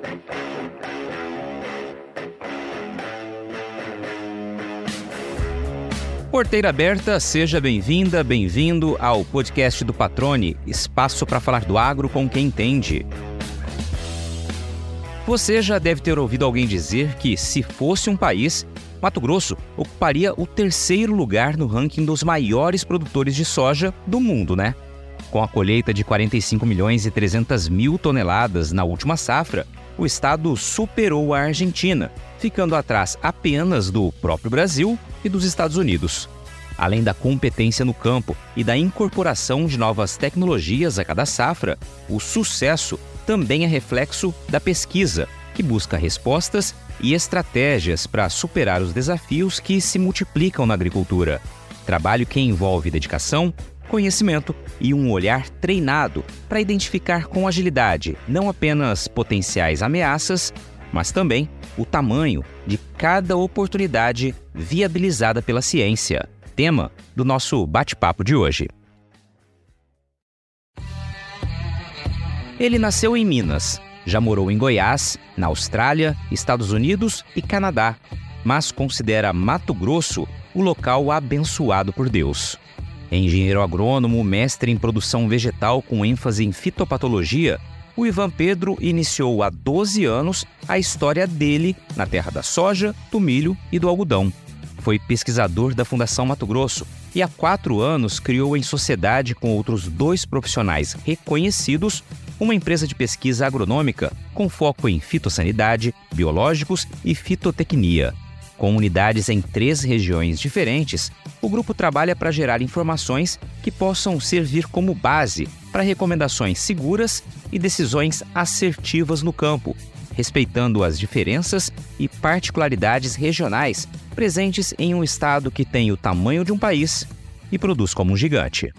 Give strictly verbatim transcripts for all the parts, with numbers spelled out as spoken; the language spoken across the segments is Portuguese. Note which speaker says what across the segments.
Speaker 1: Porteira aberta, seja bem-vinda, bem-vindo ao podcast do Patrone, espaço para falar do agro com quem entende. Você já deve ter ouvido alguém dizer que, se fosse um país, Mato Grosso ocuparia o terceiro lugar no ranking dos maiores produtores de soja do mundo, né? Com a colheita de quarenta e cinco milhões e trezentas mil toneladas na última safra, o estado superou a Argentina, ficando atrás apenas do próprio Brasil e dos Estados Unidos. Além da competência no campo e da incorporação de novas tecnologias a cada safra, o sucesso também é reflexo da pesquisa, que busca respostas e estratégias para superar os desafios que se multiplicam na agricultura. Trabalho que envolve dedicação, conhecimento e um olhar treinado para identificar com agilidade não apenas potenciais ameaças, mas também o tamanho de cada oportunidade viabilizada pela ciência. Tema do nosso bate-papo de hoje. Ele nasceu em Minas, já morou em Goiás, na Austrália, Estados Unidos e Canadá, mas considera Mato Grosso o local abençoado por Deus. Engenheiro agrônomo, mestre em produção vegetal com ênfase em fitopatologia, o Ivan Pedro iniciou há doze anos a história dele na terra da soja, do milho e do algodão. Foi pesquisador da Fundação Mato Grosso e há quatro anos criou em sociedade com outros dois profissionais reconhecidos uma empresa de pesquisa agronômica com foco em fitossanidade, biológicos e fitotecnia. Com unidades em três regiões diferentes, o grupo trabalha para gerar informações que possam servir como base para recomendações seguras e decisões assertivas no campo, respeitando as diferenças e particularidades regionais presentes em um estado que tem o tamanho de um país e produz como um gigante.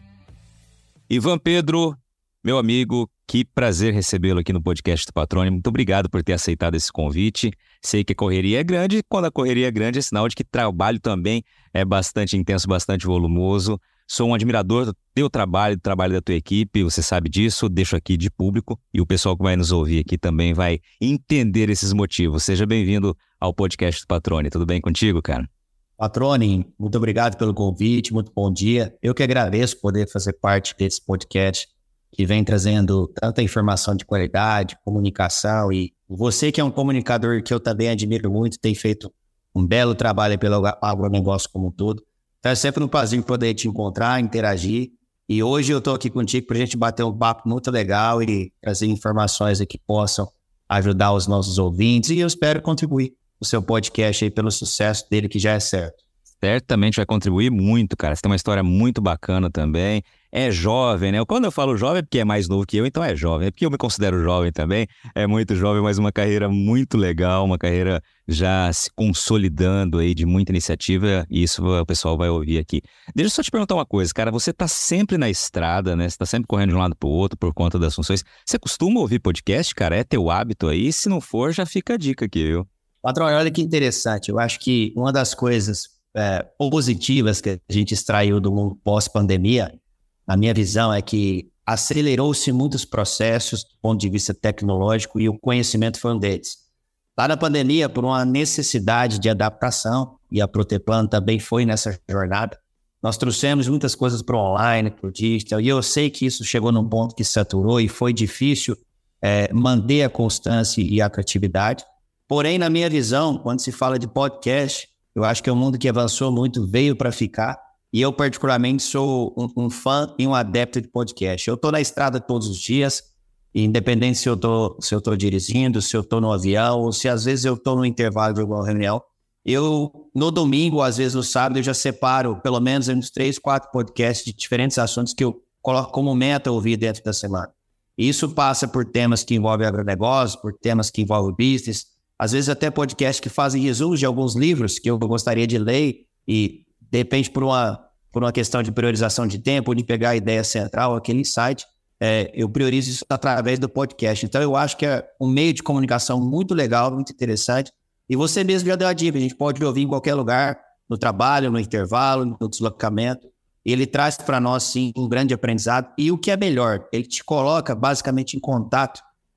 Speaker 1: Ivan Pedro, meu amigo, que prazer recebê-lo aqui no podcast do Patrone. Muito obrigado por ter aceitado esse convite. Sei que a correria é grande, quando a correria é grande é sinal de que trabalho também é bastante intenso, bastante volumoso. Sou um admirador do teu trabalho, do trabalho da tua equipe, você sabe disso, deixo aqui de público e o pessoal que vai nos ouvir aqui também vai entender esses motivos. Seja bem-vindo ao podcast do Patrone. Tudo bem contigo, cara?
Speaker 2: Patrone, muito obrigado pelo convite, muito bom dia. Eu que agradeço poder fazer parte desse podcast que vem trazendo tanta informação de qualidade, comunicação, e você que é um comunicador que eu também admiro muito, tem feito um belo trabalho pelo agronegócio como um todo. Então é sempre um prazer poder te encontrar, interagir, e hoje eu estou aqui contigo para a gente bater um papo muito legal e trazer informações que possam ajudar os nossos ouvintes, e eu espero contribuir o seu podcast aí pelo sucesso dele, que já é certo.
Speaker 1: Certamente vai contribuir muito, cara. Você tem uma história muito bacana também. É jovem, né? Quando eu falo jovem é porque é mais novo que eu, então é jovem. É porque eu me considero jovem também. É muito jovem, mas uma carreira muito legal, uma carreira já se consolidando aí de muita iniciativa, e isso o pessoal vai ouvir aqui. Deixa eu só te perguntar uma coisa, cara. Você tá sempre na estrada, né? Você tá sempre correndo de um lado pro outro por conta das funções. Você costuma ouvir podcast, cara? É teu hábito aí? Se não for, já fica a dica aqui, viu?
Speaker 2: Patrão, olha que interessante. Eu acho que uma das coisas É, positivas que a gente extraiu do mundo pós-pandemia, na minha visão, é que acelerou-se muitos processos do ponto de vista tecnológico e o conhecimento foi um deles. Lá na pandemia, por uma necessidade de adaptação, e a Proteplan também foi nessa jornada, nós trouxemos muitas coisas para o online, para o digital, e eu sei que isso chegou num ponto que saturou e foi difícil é, manter a constância e a atratividade. Porém, na minha visão, quando se fala de podcast, eu acho que é um mundo que avançou muito, veio para ficar, e eu particularmente sou um, um fã e um adepto de podcast. Eu estou na estrada todos os dias, independente se eu estou se eu tô dirigindo, se eu estou no avião, ou se às vezes eu estou no intervalo de alguma reunião. Eu, no domingo, às vezes no sábado, eu já separo pelo menos uns três, quatro podcasts de diferentes assuntos que eu coloco como meta ouvir dentro da semana. Isso passa por temas que envolvem agronegócio, por temas que envolvem business, às vezes até podcasts que fazem resumos de alguns livros que eu gostaria de ler e, de repente, por uma, por uma questão de priorização de tempo, de pegar a ideia central, aquele insight, é, eu priorizo isso através do podcast. Então, eu acho que é um meio de comunicação muito legal, muito interessante. E você mesmo já deu a dica, a gente pode ouvir em qualquer lugar, no trabalho, no intervalo, no deslocamento. Ele traz para nós, sim, um grande aprendizado. E o que é melhor, ele te coloca basicamente em contato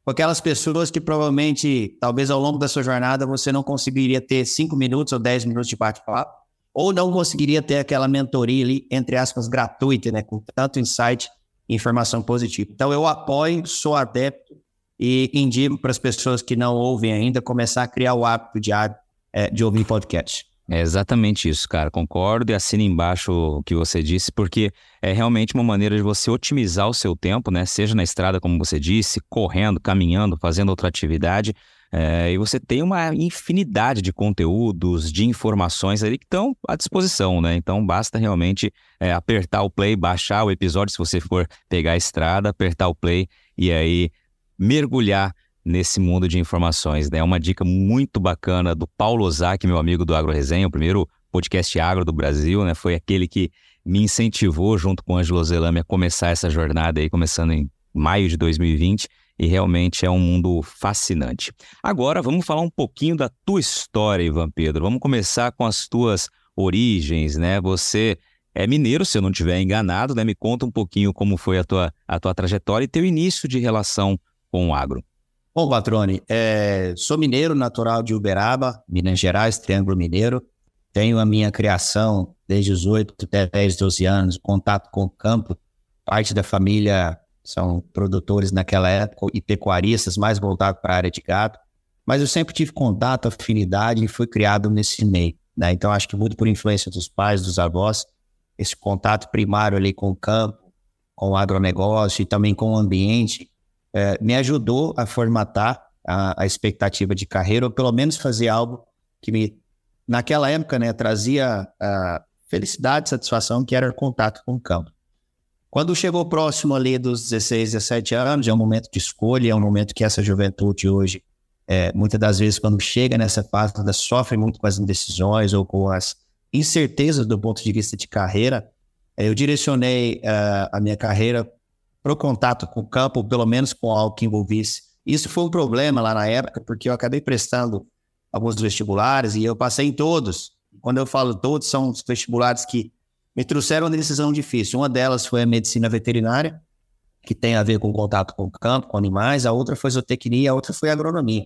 Speaker 2: com aquelas pessoas que provavelmente, talvez ao longo da sua jornada, você não conseguiria ter cinco minutos ou dez minutos de bate-papo, ou não conseguiria ter aquela mentoria ali, entre aspas, gratuita, né, com tanto insight e informação positiva. Então, eu apoio, sou adepto e indico para as pessoas que não ouvem ainda começar a criar o hábito diário é, de ouvir podcast.
Speaker 1: É exatamente isso, cara. Concordo e assino embaixo o que você disse, porque é realmente uma maneira de você otimizar o seu tempo, né? Seja na estrada, como você disse, correndo, caminhando, fazendo outra atividade. É, e você tem uma infinidade de conteúdos, de informações ali que estão à disposição, né? Então basta realmente é, apertar o play, baixar o episódio, se você for pegar a estrada, apertar o play e aí mergulhar nesse mundo de informações, né? É uma dica muito bacana do Paulo Ozaki, meu amigo do Agro Resenha, o primeiro podcast agro do Brasil, né? Foi aquele que me incentivou, junto com o Ângelo Zelame, a começar essa jornada aí, começando em maio de dois mil e vinte, e realmente é um mundo fascinante. Agora, vamos falar um pouquinho da tua história, Ivan Pedro. Vamos começar com as tuas origens, né? Você é mineiro, se eu não estiver enganado, né? Me conta um pouquinho como foi a tua, a tua trajetória e teu início de relação com o agro.
Speaker 2: Bom, Patrone, é, sou mineiro, natural de Uberaba, Minas Gerais, Triângulo Mineiro. Tenho a minha criação desde os oito, até dez, doze anos, contato com o campo. Parte da família são produtores naquela época e pecuaristas, mais voltados para a área de gado. Mas eu sempre tive contato, afinidade e fui criado nesse meio, né? Então, acho que muito por influência dos pais, dos avós, esse contato primário ali com o campo, com o agronegócio e também com o ambiente, É, me ajudou a formatar a, a expectativa de carreira, ou pelo menos fazer algo que me, naquela época, né, trazia a felicidade, satisfação, que era o contato com o campo. Quando chegou próximo ali dos dezesseis, dezessete anos, é um momento de escolha, é um momento que essa juventude hoje, é, muitas das vezes, quando chega nessa fase, ainda sofre muito com as indecisões ou com as incertezas do ponto de vista de carreira. Eu direcionei uh, a minha carreira para o contato com o campo, pelo menos com algo que envolvisse. Isso foi um problema lá na época, porque eu acabei prestando alguns vestibulares e eu passei em todos. Quando eu falo todos, são os vestibulares que me trouxeram uma decisão difícil. Uma delas foi a medicina veterinária, que tem a ver com contato com o campo, com animais. A outra foi zootecnia, a outra foi agronomia.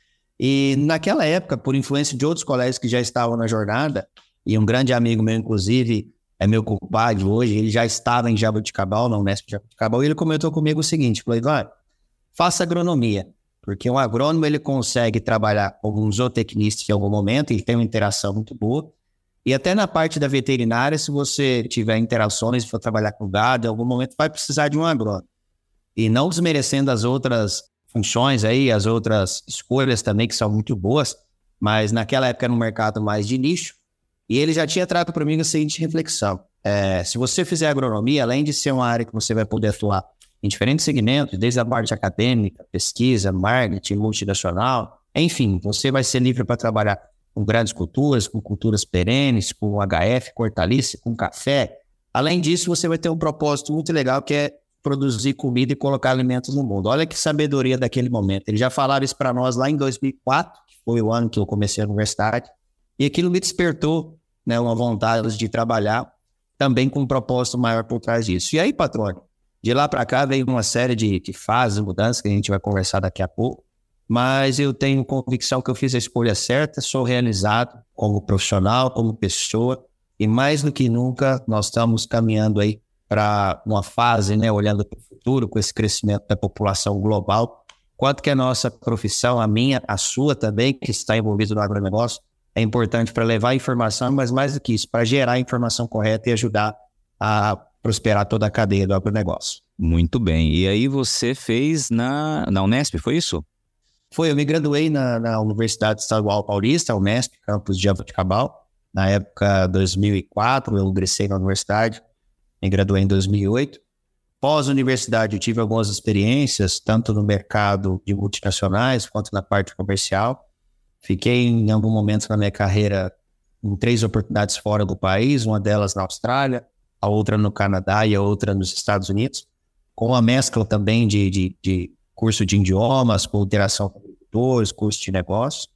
Speaker 2: E naquela época, por influência de outros colegas que já estavam na jornada, e um grande amigo meu, inclusive, é meu compadre hoje, ele já estava em Jaboticabal, na Unesp de Jaboticabal, e ele comentou comigo o seguinte, falou, Ivan, faça agronomia, porque um agrônomo ele consegue trabalhar como um zootecnista em algum momento, ele tem uma interação muito boa, e até na parte da veterinária, se você tiver interações e for trabalhar com gado, em algum momento vai precisar de um agrônomo. E não desmerecendo as outras funções aí, as outras escolhas também, que são muito boas, mas naquela época era um mercado mais de nicho. E ele já tinha trago para mim a seguinte reflexão. É, se você fizer agronomia, além de ser uma área que você vai poder atuar em diferentes segmentos, desde a parte acadêmica, pesquisa, marketing, multinacional, enfim, você vai ser livre para trabalhar com grandes culturas, com culturas perenes, com H F, com hortaliça, com café. Além disso, você vai ter um propósito muito legal, que é produzir comida e colocar alimentos no mundo. Olha que sabedoria daquele momento. Eles já falaram isso para nós lá em dois mil e quatro, que foi o ano que eu comecei a universidade. E aquilo me despertou, né, uma vontade de trabalhar também com um propósito maior por trás disso. E aí, patrônio, de lá para cá veio uma série de, de fases, mudanças, que a gente vai conversar daqui a pouco, mas eu tenho convicção que eu fiz a escolha certa, sou realizado como profissional, como pessoa, e mais do que nunca nós estamos caminhando aí para uma fase, né, olhando para o futuro, com esse crescimento da população global, quanto que a nossa profissão, a minha, a sua também, que está envolvida no agronegócio, é importante para levar informação, mas mais do que isso, para gerar a informação correta e ajudar a prosperar toda a cadeia do agronegócio.
Speaker 1: Muito bem. E aí você fez na, na Unesp, foi isso?
Speaker 2: Foi, eu me graduei na, na Universidade Estadual Paulista, a Unesp, campus de Jaboticabal. Na época, dois mil e quatro, eu ingressei na universidade, me graduei em dois mil e oito. Pós-universidade, eu tive algumas experiências, tanto no mercado de multinacionais, quanto na parte comercial. Fiquei em algum momento na minha carreira em três oportunidades fora do país, uma delas na Austrália, a outra no Canadá e a outra nos Estados Unidos, com uma mescla também de, de, de curso de idiomas, com interação com agricultores, curso de negócios.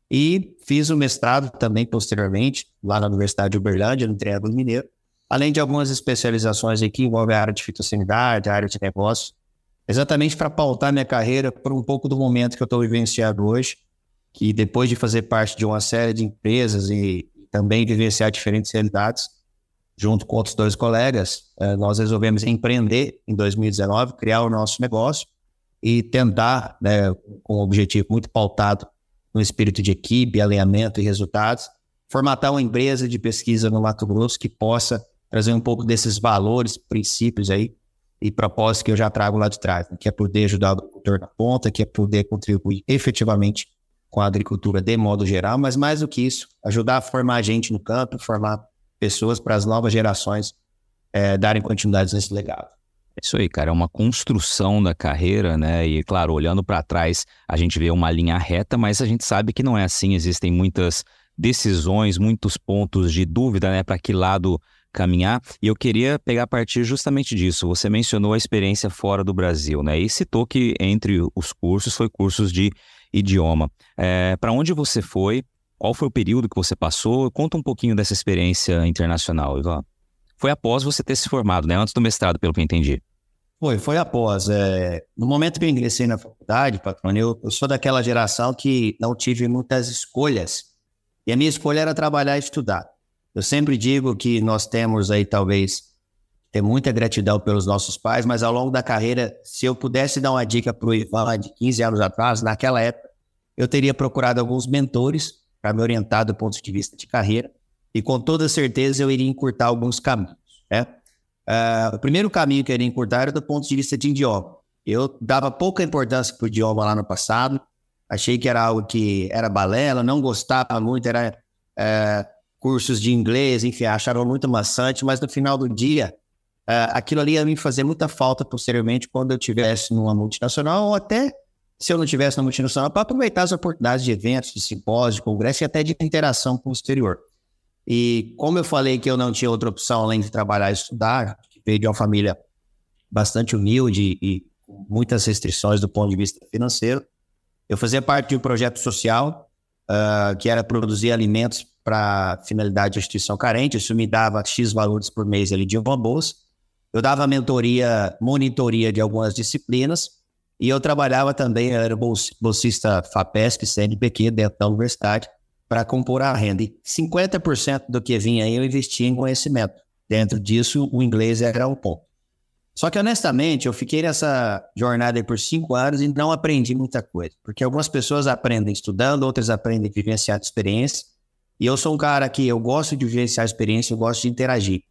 Speaker 2: E fiz o mestrado também posteriormente, lá na Universidade de Uberlândia, no Triângulo Mineiro, além de algumas especializações aqui que envolvem a área de fitossanidade, a área de negócios, exatamente para pautar minha carreira por um pouco do momento que eu estou vivenciando hoje, que depois de fazer parte de uma série de empresas e também vivenciar diferentes realidades, junto com outros dois colegas, nós resolvemos empreender em dois mil e dezenove, criar o nosso negócio e tentar, né, com um objetivo muito pautado no espírito de equipe, alinhamento e resultados, formatar uma empresa de pesquisa no Mato Grosso que possa trazer um pouco desses valores, princípios aí e propósitos que eu já trago lá de trás, né, que é poder ajudar o agricultor na ponta, que é poder contribuir efetivamente com a agricultura de modo geral, mas mais do que isso, ajudar a formar gente no campo, formar pessoas para as novas gerações é, darem continuidade nesse legado.
Speaker 1: É isso aí, cara, é uma construção da carreira, né? E claro, olhando para trás, a gente vê uma linha reta, mas a gente sabe que não é assim, existem muitas decisões, muitos pontos de dúvida, né? Para que lado caminhar. E eu queria pegar a partir justamente disso. Você mencionou a experiência fora do Brasil, né? E citou que entre os cursos foi cursos de idioma. É, para onde você foi? Qual foi o período que você passou? Conta um pouquinho dessa experiência internacional, Ivan. Foi após você ter se formado, né? Antes do mestrado, pelo que eu entendi.
Speaker 2: Foi, foi após. É... No momento que eu ingressei na faculdade, patrônio, eu, eu sou daquela geração que não tive muitas escolhas. E a minha escolha era trabalhar e estudar. Eu sempre digo que nós temos aí, talvez, ter muita gratidão pelos nossos pais, mas ao longo da carreira, se eu pudesse dar uma dica para o Ivan de quinze anos atrás, naquela época, eu teria procurado alguns mentores para me orientar do ponto de vista de carreira e com toda certeza eu iria encurtar alguns caminhos, né? Uh, o primeiro caminho que eu iria encurtar era do ponto de vista de idioma. Eu dava pouca importância para o idioma lá no passado, achei que era algo que era balela, não gostava muito, era uh, cursos de inglês, enfim, acharam muito maçante, mas no final do dia, uh, aquilo ali ia me fazer muita falta posteriormente quando eu estivesse numa multinacional ou até se eu não estivesse na multinacional, para aproveitar as oportunidades de eventos, de simpósios, de congresso e até de interação com o exterior. E como eu falei que eu não tinha outra opção além de trabalhar e estudar, que veio de uma família bastante humilde e com muitas restrições do ponto de vista financeiro, eu fazia parte de um projeto social uh, que era produzir alimentos para finalidade de instituição carente. Isso me dava X valores por mês ali de uma bolsa. Eu dava mentoria, monitoria de algumas disciplinas e eu trabalhava também, eu era bolsista FAPESP, C N P Q dentro da universidade, para compor a renda. E cinquenta por cento do que vinha aí eu investia em conhecimento. Dentro disso, o inglês era um ponto. Só que, honestamente, eu fiquei nessa jornada aí por cinco anos e não aprendi muita coisa. Porque algumas pessoas aprendem estudando, outras aprendem vivenciando experiência. E eu sou um cara que eu gosto de vivenciar experiência, eu gosto de interagir.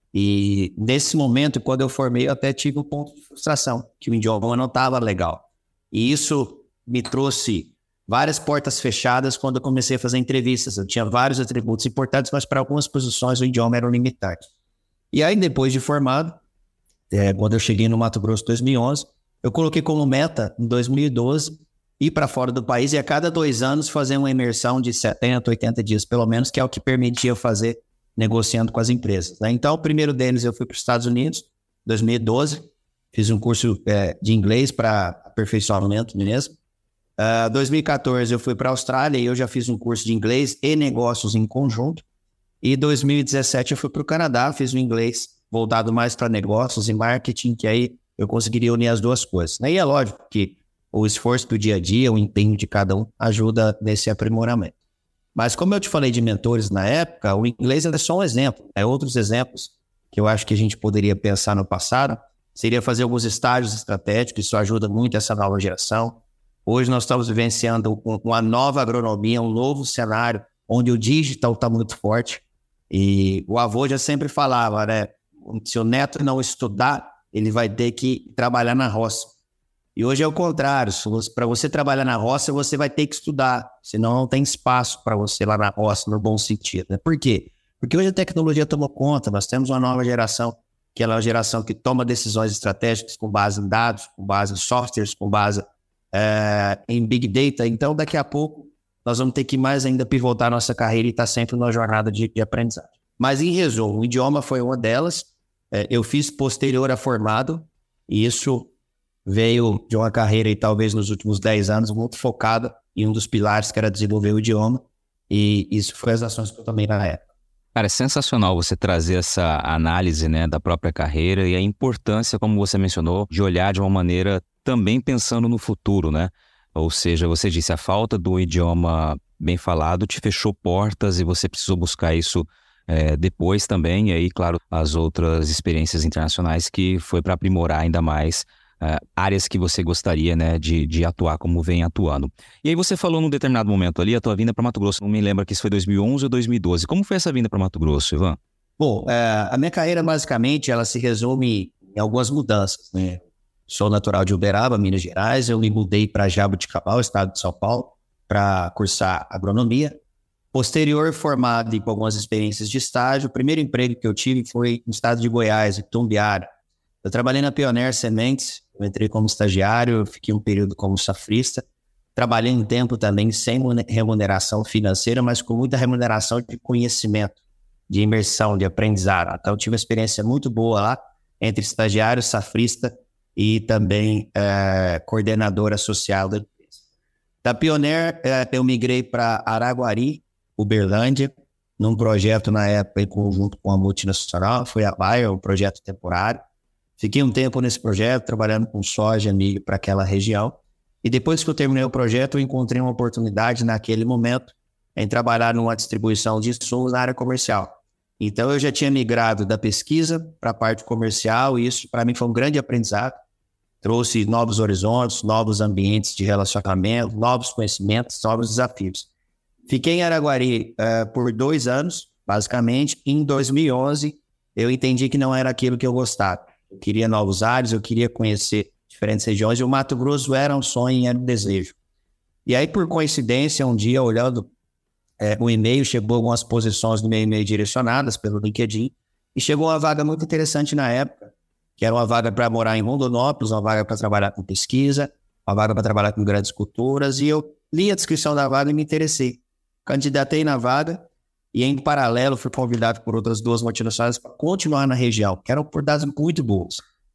Speaker 2: E nesse momento, quando eu formei, eu até tive um ponto de frustração, que o idioma não estava legal. E isso me trouxe várias portas fechadas quando eu comecei a fazer entrevistas. Eu tinha vários atributos importantes, mas para algumas posições o idioma era limitado. E aí, depois de formado, é, quando eu cheguei no Mato Grosso em dois mil e onze, eu coloquei como meta, em dois mil e doze, ir para fora do país e a cada dois anos fazer uma imersão de setenta, oitenta dias, pelo menos, que é o que permitia eu fazer negociando com as empresas, né? Então, o primeiro deles eu fui para os Estados Unidos, em dois mil e doze, fiz um curso é, de inglês para aperfeiçoamento mesmo. Uh, dois mil e quatorze eu fui para a Austrália e eu já fiz um curso de inglês e negócios em conjunto. E dois mil e dezessete eu fui para o Canadá, fiz o inglês voltado mais para negócios e marketing, que aí eu conseguiria unir as duas coisas. E é lógico que o esforço do dia a dia, o empenho de cada um ajuda nesse aprimoramento. Mas como eu te falei de mentores na época, o inglês é só um exemplo. É outros exemplos que eu acho que a gente poderia pensar no passado, seria fazer alguns estágios estratégicos, isso ajuda muito essa nova geração. Hoje nós estamos vivenciando uma nova agronomia, um novo cenário, onde o digital está muito forte. E o avô já sempre falava, né? Se o neto não estudar, ele vai ter que trabalhar na roça. E hoje é o contrário. Para você trabalhar na roça, você vai ter que estudar. Senão não tem espaço para você lá na roça, no bom sentido, né? Por quê? Porque hoje a tecnologia tomou conta. Nós temos uma nova geração, que é uma geração que toma decisões estratégicas com base em dados, com base em softwares, com base é, em Big Data. Então, daqui a pouco, nós vamos ter que mais ainda pivotar nossa carreira e estar sempre numa jornada de, de aprendizagem. Mas, em resumo, o idioma foi uma delas. É, eu fiz posterior a formado, e isso veio de uma carreira, e talvez nos últimos dez anos, muito focada em um dos pilares, que era desenvolver o idioma, e isso foi as ações que eu tomei na época.
Speaker 1: Cara, é sensacional você trazer essa análise, né, da própria carreira e a importância, como você mencionou, de olhar de uma maneira também pensando no futuro, né? Ou seja, você disse, a falta do idioma bem falado te fechou portas e você precisou buscar isso é, depois também. E aí, claro, as outras experiências internacionais que foi para aprimorar ainda mais é, áreas que você gostaria, né, de, de atuar como vem atuando. E aí você falou num determinado momento ali, a tua vinda para Mato Grosso, não me lembro que isso foi dois mil e onze ou dois mil e doze. Como foi essa vinda para Mato Grosso, Ivan?
Speaker 2: Bom, é, a minha carreira basicamente ela se resume em algumas mudanças, né? Sou natural de Uberaba, Minas Gerais, eu me mudei para Jaboticabal, estado de São Paulo, para cursar agronomia. Posterior, formado e com algumas experiências de estágio, o primeiro emprego que eu tive foi no estado de Goiás, em Tumbiara. Eu trabalhei na Pioneer Sementes, eu entrei como estagiário, fiquei um período como safrista. Trabalhei um tempo também sem remuneração financeira, mas com muita remuneração de conhecimento, de imersão, de aprendizado. Então, eu tive uma experiência muito boa lá, entre estagiário, safrista e também é, coordenador associado da empresa. Da Pioneer, é, eu migrei para Araguari, Uberlândia, num projeto na época em conjunto com a multinacional, foi a Bayer, um projeto temporário. Fiquei um tempo nesse projeto, trabalhando com soja, milho para aquela região. E depois que eu terminei o projeto, eu encontrei uma oportunidade naquele momento em trabalhar numa distribuição de insumos na área comercial. Então, eu já tinha migrado da pesquisa para a parte comercial e isso, para mim, foi um grande aprendizado. Trouxe novos horizontes, novos ambientes de relacionamento, novos conhecimentos, novos desafios. Fiquei em Araguari uh, por dois anos, basicamente. Em dois mil e onze, eu entendi que não era aquilo que eu gostava. Eu queria novos ares, eu queria conhecer diferentes regiões, e o Mato Grosso era um sonho, era um desejo. E aí, por coincidência, um dia, olhando é, o e-mail, chegou algumas posições no meu e-mail direcionadas pelo LinkedIn, e chegou uma vaga muito interessante na época, que era uma vaga para morar em Rondonópolis, uma vaga para trabalhar com pesquisa, uma vaga para trabalhar com grandes culturas, e eu li a descrição da vaga e me interessei. Candidatei na vaga, e em paralelo fui convidado por outras duas multinacionais para continuar na região, que eram oportunidades muito boas.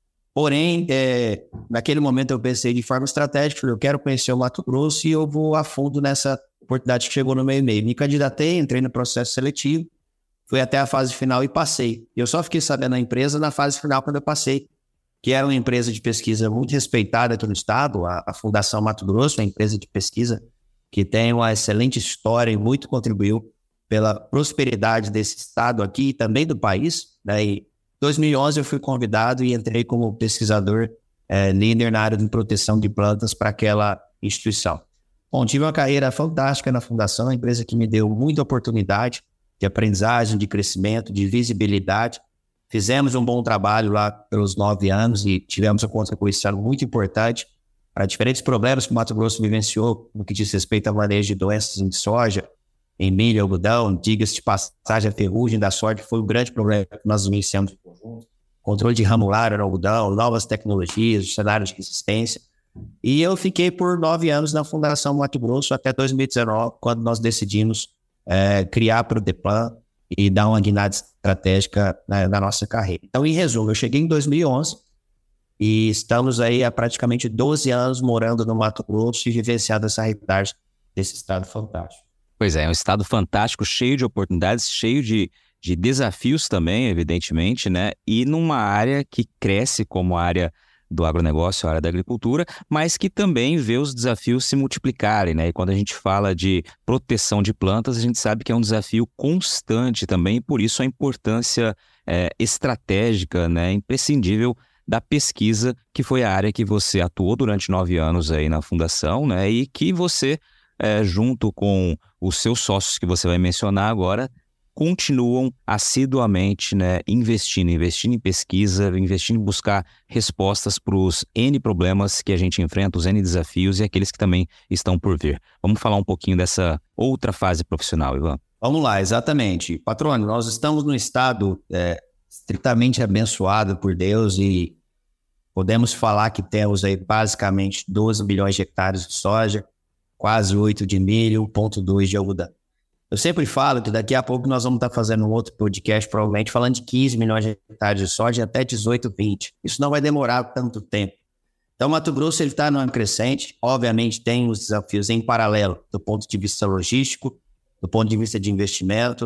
Speaker 2: Porém, é, naquele momento eu pensei de forma estratégica, eu quero conhecer o Mato Grosso e eu vou a fundo nessa oportunidade que chegou no meu e-mail. Me candidatei, entrei no processo seletivo, fui até a fase final e passei. Eu só fiquei sabendo da empresa na fase final quando eu passei, que era uma empresa de pesquisa muito respeitada aqui no estado, a, a Fundação Mato Grosso, uma empresa de pesquisa que tem uma excelente história e muito contribuiu pela prosperidade desse estado aqui e também do país, né? E em dois mil e onze eu fui convidado e entrei como pesquisador é, líder na área de proteção de plantas para aquela instituição. Bom, tive uma carreira fantástica na Fundação, uma empresa que me deu muita oportunidade de aprendizagem, de crescimento, de visibilidade. Fizemos um bom trabalho lá pelos nove anos e tivemos uma contribuição muito importante para diferentes problemas que o Mato Grosso vivenciou no que diz respeito ao manejo de doenças em soja, em milho, algodão, diga-se de passagem, a ferrugem da soja foi um grande problema que nós iniciamos em conjunto. Controle de ramular no algodão, novas tecnologias, cenários de resistência. E eu fiquei por nove anos na Fundação Mato Grosso até dois mil e dezenove, quando nós decidimos é, criar para o Deplan e dar uma guinada estratégica na, na nossa carreira. Então, em resumo, eu cheguei em dois mil e onze e estamos aí há praticamente doze anos morando no Mato Grosso e vivenciando essa realidade desse estado fantástico.
Speaker 1: Pois é, é um estado fantástico, cheio de oportunidades, cheio de, de desafios também, evidentemente, né? E numa área que cresce como a área do agronegócio, a área da agricultura, mas que também vê os desafios se multiplicarem, né? E quando a gente fala de proteção de plantas, a gente sabe que é um desafio constante também, e por isso a importância é, estratégica, né, imprescindível da pesquisa, que foi a área que você atuou durante nove anos aí na Fundação, né? E que você, é, junto com os seus sócios que você vai mencionar agora, continuam assiduamente, né, investindo, investindo em pesquisa, investindo em buscar respostas para os N problemas que a gente enfrenta, os N desafios e aqueles que também estão por vir. Vamos falar um pouquinho dessa outra fase profissional, Ivan?
Speaker 2: Vamos lá, exatamente. Patrônio, nós estamos num estado é, estritamente abençoado por Deus e podemos falar que temos aí basicamente doze milhões de hectares de soja, quase oito de milho, um vírgula dois de algodão. Eu sempre falo que daqui a pouco nós vamos estar fazendo um outro podcast, provavelmente falando de quinze milhões de hectares de soja e até dezoito, vinte. Isso não vai demorar tanto tempo. Então, Mato Grosso está numa crescente. Obviamente, tem os desafios em paralelo, do ponto de vista logístico, do ponto de vista de investimento,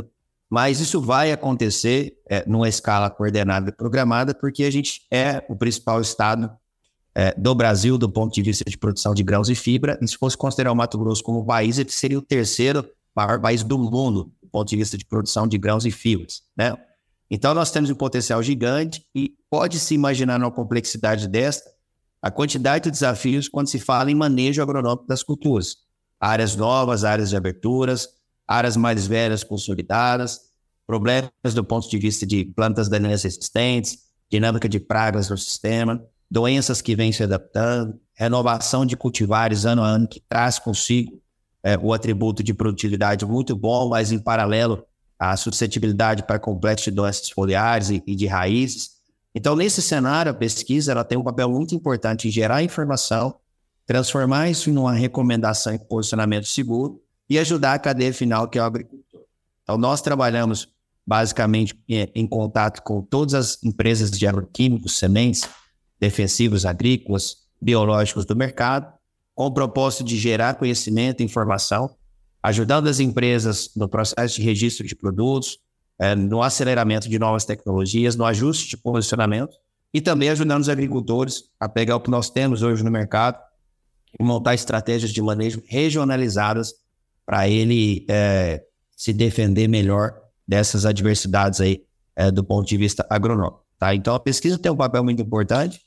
Speaker 2: Mas isso vai acontecer é, numa escala coordenada e programada, porque a gente é o principal estado é, do Brasil do ponto de vista de produção de grãos e fibra. E se fosse considerar o Mato Grosso como país, ele seria o terceiro maior país do mundo do ponto de vista de produção de grãos e fibras, né? Então, nós temos um potencial gigante e pode-se imaginar numa complexidade desta a quantidade de desafios quando se fala em manejo agronômico das culturas. Áreas novas, áreas de aberturas, áreas mais velhas consolidadas, problemas do ponto de vista de plantas daninhas resistentes, dinâmica de pragas no sistema, doenças que vêm se adaptando, renovação de cultivares ano a ano que traz consigo é, o atributo de produtividade muito bom, mas em paralelo a suscetibilidade para complexo de doenças foliares e, e de raízes. Então, nesse cenário, a pesquisa ela tem um papel muito importante em gerar informação, transformar isso em uma recomendação e posicionamento seguro e ajudar a cadeia final, que é o agricultor. Então, nós trabalhamos basicamente em, em contato com todas as empresas de agroquímicos, sementes, defensivos agrícolas, biológicos do mercado, com o propósito de gerar conhecimento e informação, ajudando as empresas no processo de registro de produtos, é, no aceleramento de novas tecnologias, no ajuste de posicionamento e também ajudando os agricultores a pegar o que nós temos hoje no mercado e montar estratégias de manejo regionalizadas para ele é, se defender melhor dessas adversidades aí é, do ponto de vista agronômico. Tá? Então, a pesquisa tem um papel muito importante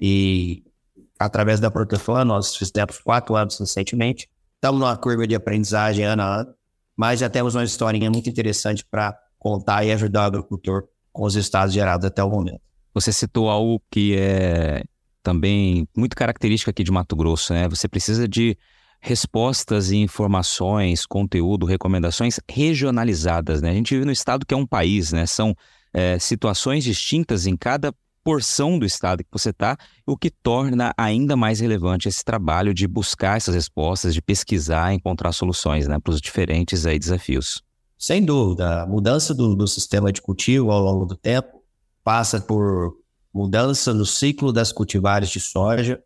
Speaker 2: e, através da Protofan, nós fizemos quatro anos recentemente. Estamos numa curva de aprendizagem ano a ano, mas já temos uma historinha muito interessante para contar e ajudar o agricultor com os resultados gerados até o momento.
Speaker 1: Você citou algo que é também muito característico aqui de Mato Grosso, né? Você precisa de respostas e informações, conteúdo, recomendações regionalizadas, né? A gente vive no estado que é um país, né? São é, situações distintas em cada porção do estado que você está, o que torna ainda mais relevante esse trabalho de buscar essas respostas, de pesquisar, encontrar soluções, né, para os diferentes aí desafios.
Speaker 2: Sem dúvida, a mudança do, do sistema de cultivo ao longo do tempo passa por mudança no ciclo das cultivares de soja,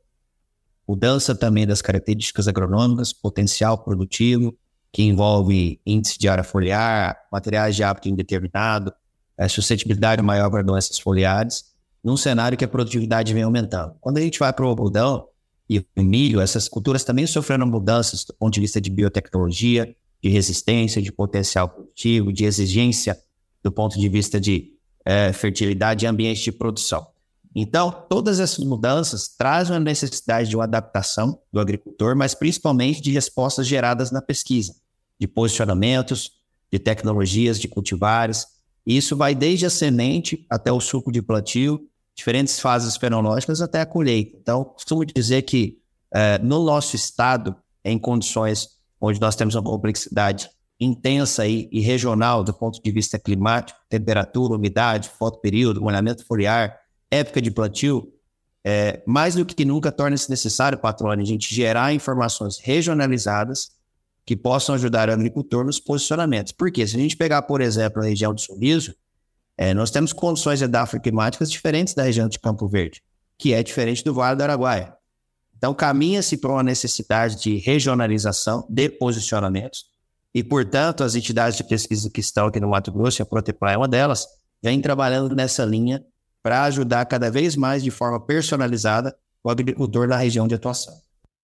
Speaker 2: mudança também das características agronômicas, potencial produtivo, que envolve índice de área foliar, materiais de hábito indeterminado, é, suscetibilidade maior para doenças foliares, num cenário que a produtividade vem aumentando. Quando a gente vai para o algodão e o milho, essas culturas também sofreram mudanças do ponto de vista de biotecnologia, de resistência, de potencial produtivo, de exigência do ponto de vista de é, fertilidade e ambiente de produção. Então, todas essas mudanças trazem a necessidade de uma adaptação do agricultor, mas principalmente de respostas geradas na pesquisa, de posicionamentos, de tecnologias, de cultivares. E isso vai desde a semente até o suco de plantio, diferentes fases fenológicas até a colheita. Então, costumo dizer que eh, no nosso estado, em condições onde nós temos uma complexidade intensa e, e regional do ponto de vista climático, temperatura, umidade, fotoperíodo, molhamento foliar, época de plantio, eh, mais do que nunca torna-se necessário, Patrone, a gente gerar informações regionalizadas que possam ajudar o agricultor nos posicionamentos. Porque se a gente pegar, por exemplo, a região de Sorriso, É, nós temos condições edafoclimáticas diferentes da região de Campo Verde, que é diferente do Vale do Araguaia. Então, caminha-se para uma necessidade de regionalização de posicionamentos e, portanto, as entidades de pesquisa que estão aqui no Mato Grosso, e a Proteplan é uma delas, vem trabalhando nessa linha para ajudar cada vez mais de forma personalizada o agricultor da região de atuação.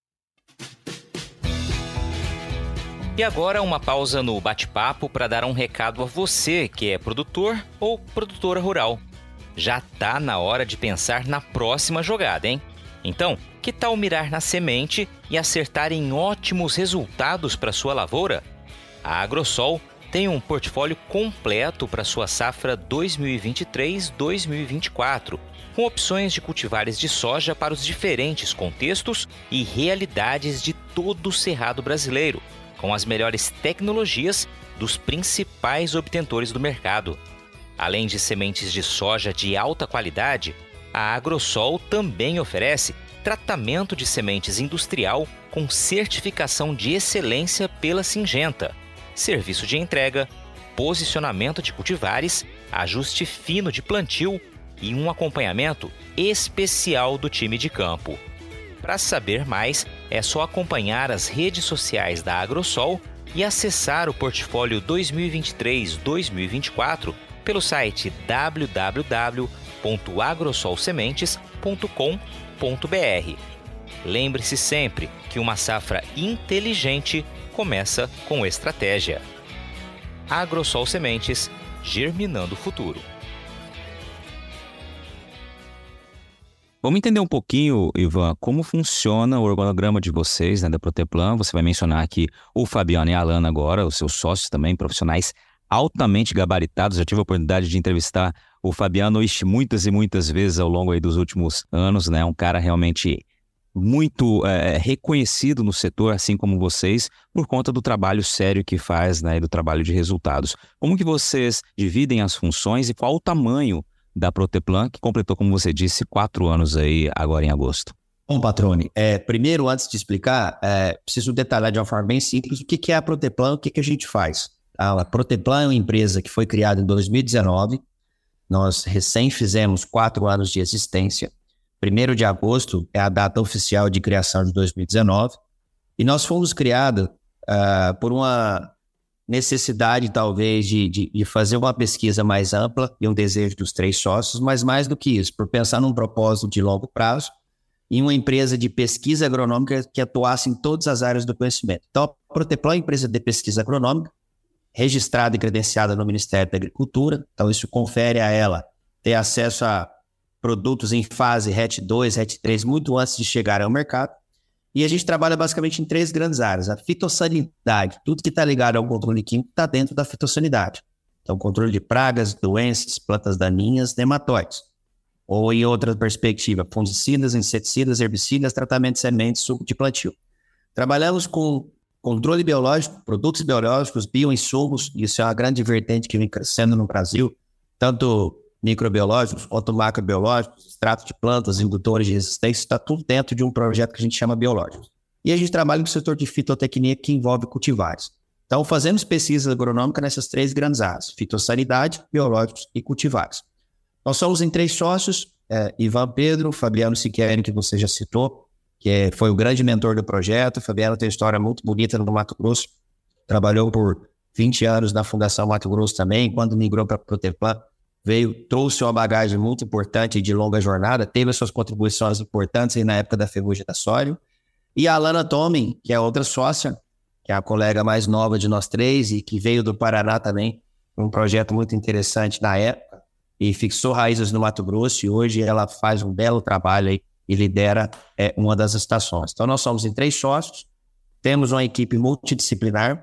Speaker 1: E agora uma pausa no bate-papo para dar um recado a você que é produtor ou produtora rural. Já tá na hora de pensar na próxima jogada, hein? Então, que tal mirar na semente e acertar em ótimos resultados para sua lavoura? A Agrosol tem um portfólio completo para sua safra dois mil e vinte e três dois mil e vinte e quatro, com opções de cultivares de soja para os diferentes contextos e realidades de todo o cerrado brasileiro, com as melhores tecnologias dos principais obtentores do mercado. Além de sementes de soja de alta qualidade, a Agrosol também oferece tratamento de sementes industrial com certificação de excelência pela Syngenta, serviço de entrega, posicionamento de cultivares, ajuste fino de plantio e um acompanhamento especial do time de campo. Para saber mais, é só acompanhar as redes sociais da Agrosol e acessar o portfólio dois mil e vinte e três a dois mil e vinte e quatro pelo site w w w ponto agrosolsementes ponto com ponto b r. Lembre-se sempre que uma safra inteligente começa com estratégia. Agrosol Sementes, germinando o futuro.
Speaker 3: Vamos entender um pouquinho, Ivan, como funciona o organograma de vocês, né, da Proteplan. Você vai mencionar aqui o Fabiano e a Alana agora, os seus sócios também, profissionais altamente gabaritados. Já tive a oportunidade de entrevistar o Fabiano ixi, muitas e muitas vezes ao longo aí dos últimos anos, né? Um cara realmente muito é, reconhecido no setor, assim como vocês, por conta do trabalho sério que faz, né, e do trabalho de resultados. Como que vocês dividem as funções e qual o tamanho da Proteplan, que completou, como você disse, quatro anos aí agora em agosto?
Speaker 2: Bom, Patrone, é, primeiro, antes de explicar, é, preciso detalhar de uma forma bem simples o que, que é a Proteplan, o que, que a gente faz. A Proteplan é uma empresa que foi criada em dois mil e dezenove, nós recém fizemos quatro anos de existência. primeiro de agosto é a data oficial de criação de dois mil e dezenove, e nós fomos criados uh, por uma necessidade, talvez, de, de, de fazer uma pesquisa mais ampla e um desejo dos três sócios, mas mais do que isso, por pensar num propósito de longo prazo e uma empresa de pesquisa agronômica que atuasse em todas as áreas do conhecimento. Então, a Proteplan é uma empresa de pesquisa agronômica, registrada e credenciada no Ministério da Agricultura, então isso confere a ela ter acesso a produtos em fase R E T dois, R E T três, muito antes de chegar ao mercado. E a gente trabalha basicamente em três grandes áreas. A fitossanidade, tudo que está ligado ao controle químico está dentro da fitossanidade. Então, controle de pragas, doenças, plantas daninhas, nematóides. Ou, em outra perspectiva, fungicidas, inseticidas, herbicidas, tratamento de sementes, suco de plantio. Trabalhamos com controle biológico, produtos biológicos, bioinsumos, isso é uma grande vertente que vem crescendo no Brasil, tanto microbiológicos quanto macrobiológicos, extrato de plantas, indutores de resistência, está tudo dentro de um projeto que a gente chama biológicos. E a gente trabalha com o setor de fitotecnia que envolve cultivares. Então, fazemos pesquisa agronômica nessas três grandes áreas, fitossanidade, biológicos e cultivares. Nós somos em três sócios, é, Ivan Pedro, Fabiano Siqueira, que você já citou, que é, foi o grande mentor do projeto. O Fabiano tem uma história muito bonita no Mato Grosso, trabalhou por vinte anos na Fundação Mato Grosso também, quando migrou para a Proteplan, veio, trouxe uma bagagem muito importante de longa jornada, teve as suas contribuições importantes aí na época da ferrugem da soja. E a Alana Tomin, que é outra sócia, que é a colega mais nova de nós três e que veio do Paraná também, um projeto muito interessante na época, e fixou raízes no Mato Grosso, e hoje ela faz um belo trabalho aí e lidera é, uma das estações. Então, nós somos em três sócios, temos uma equipe multidisciplinar,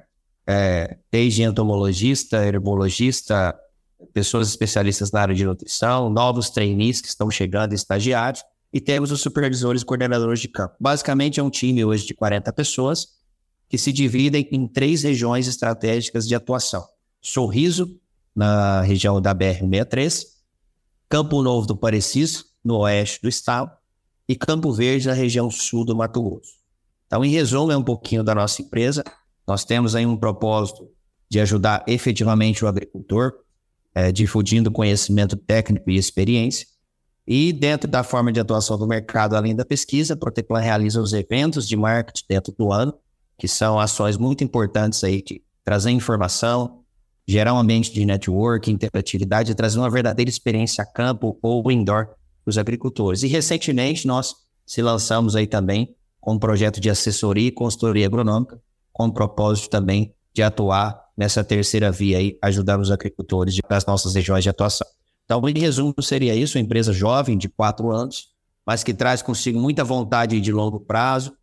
Speaker 2: é, desde entomologista, herbologista, pessoas especialistas na área de nutrição, novos trainees que estão chegando, estagiários, e temos os supervisores e coordenadores de campo. Basicamente, é um time hoje de quarenta pessoas que se dividem em três regiões estratégicas de atuação. Sorriso, na região da B R cento e sessenta e três, Campo Novo do Parecis, no oeste do estado, e Campo Verde, na região sul do Mato Grosso. Então, em resumo, é um pouquinho da nossa empresa. Nós temos aí um propósito de ajudar efetivamente o agricultor, é, difundindo conhecimento técnico e experiência. E dentro da forma de atuação do mercado, além da pesquisa, a Proteplan realiza os eventos de marketing dentro do ano, que são ações muito importantes aí de trazer informação, gerar um ambiente de networking, interatividade, e trazer uma verdadeira experiência a campo ou indoor para os agricultores. E recentemente nós se lançamos aí também com um projeto de assessoria e consultoria agronômica, com o propósito também de atuar nessa terceira via aí, ajudar os agricultores das nossas regiões de atuação. Então, em resumo, seria isso, uma empresa jovem de quatro anos, mas que traz consigo muita vontade de longo prazo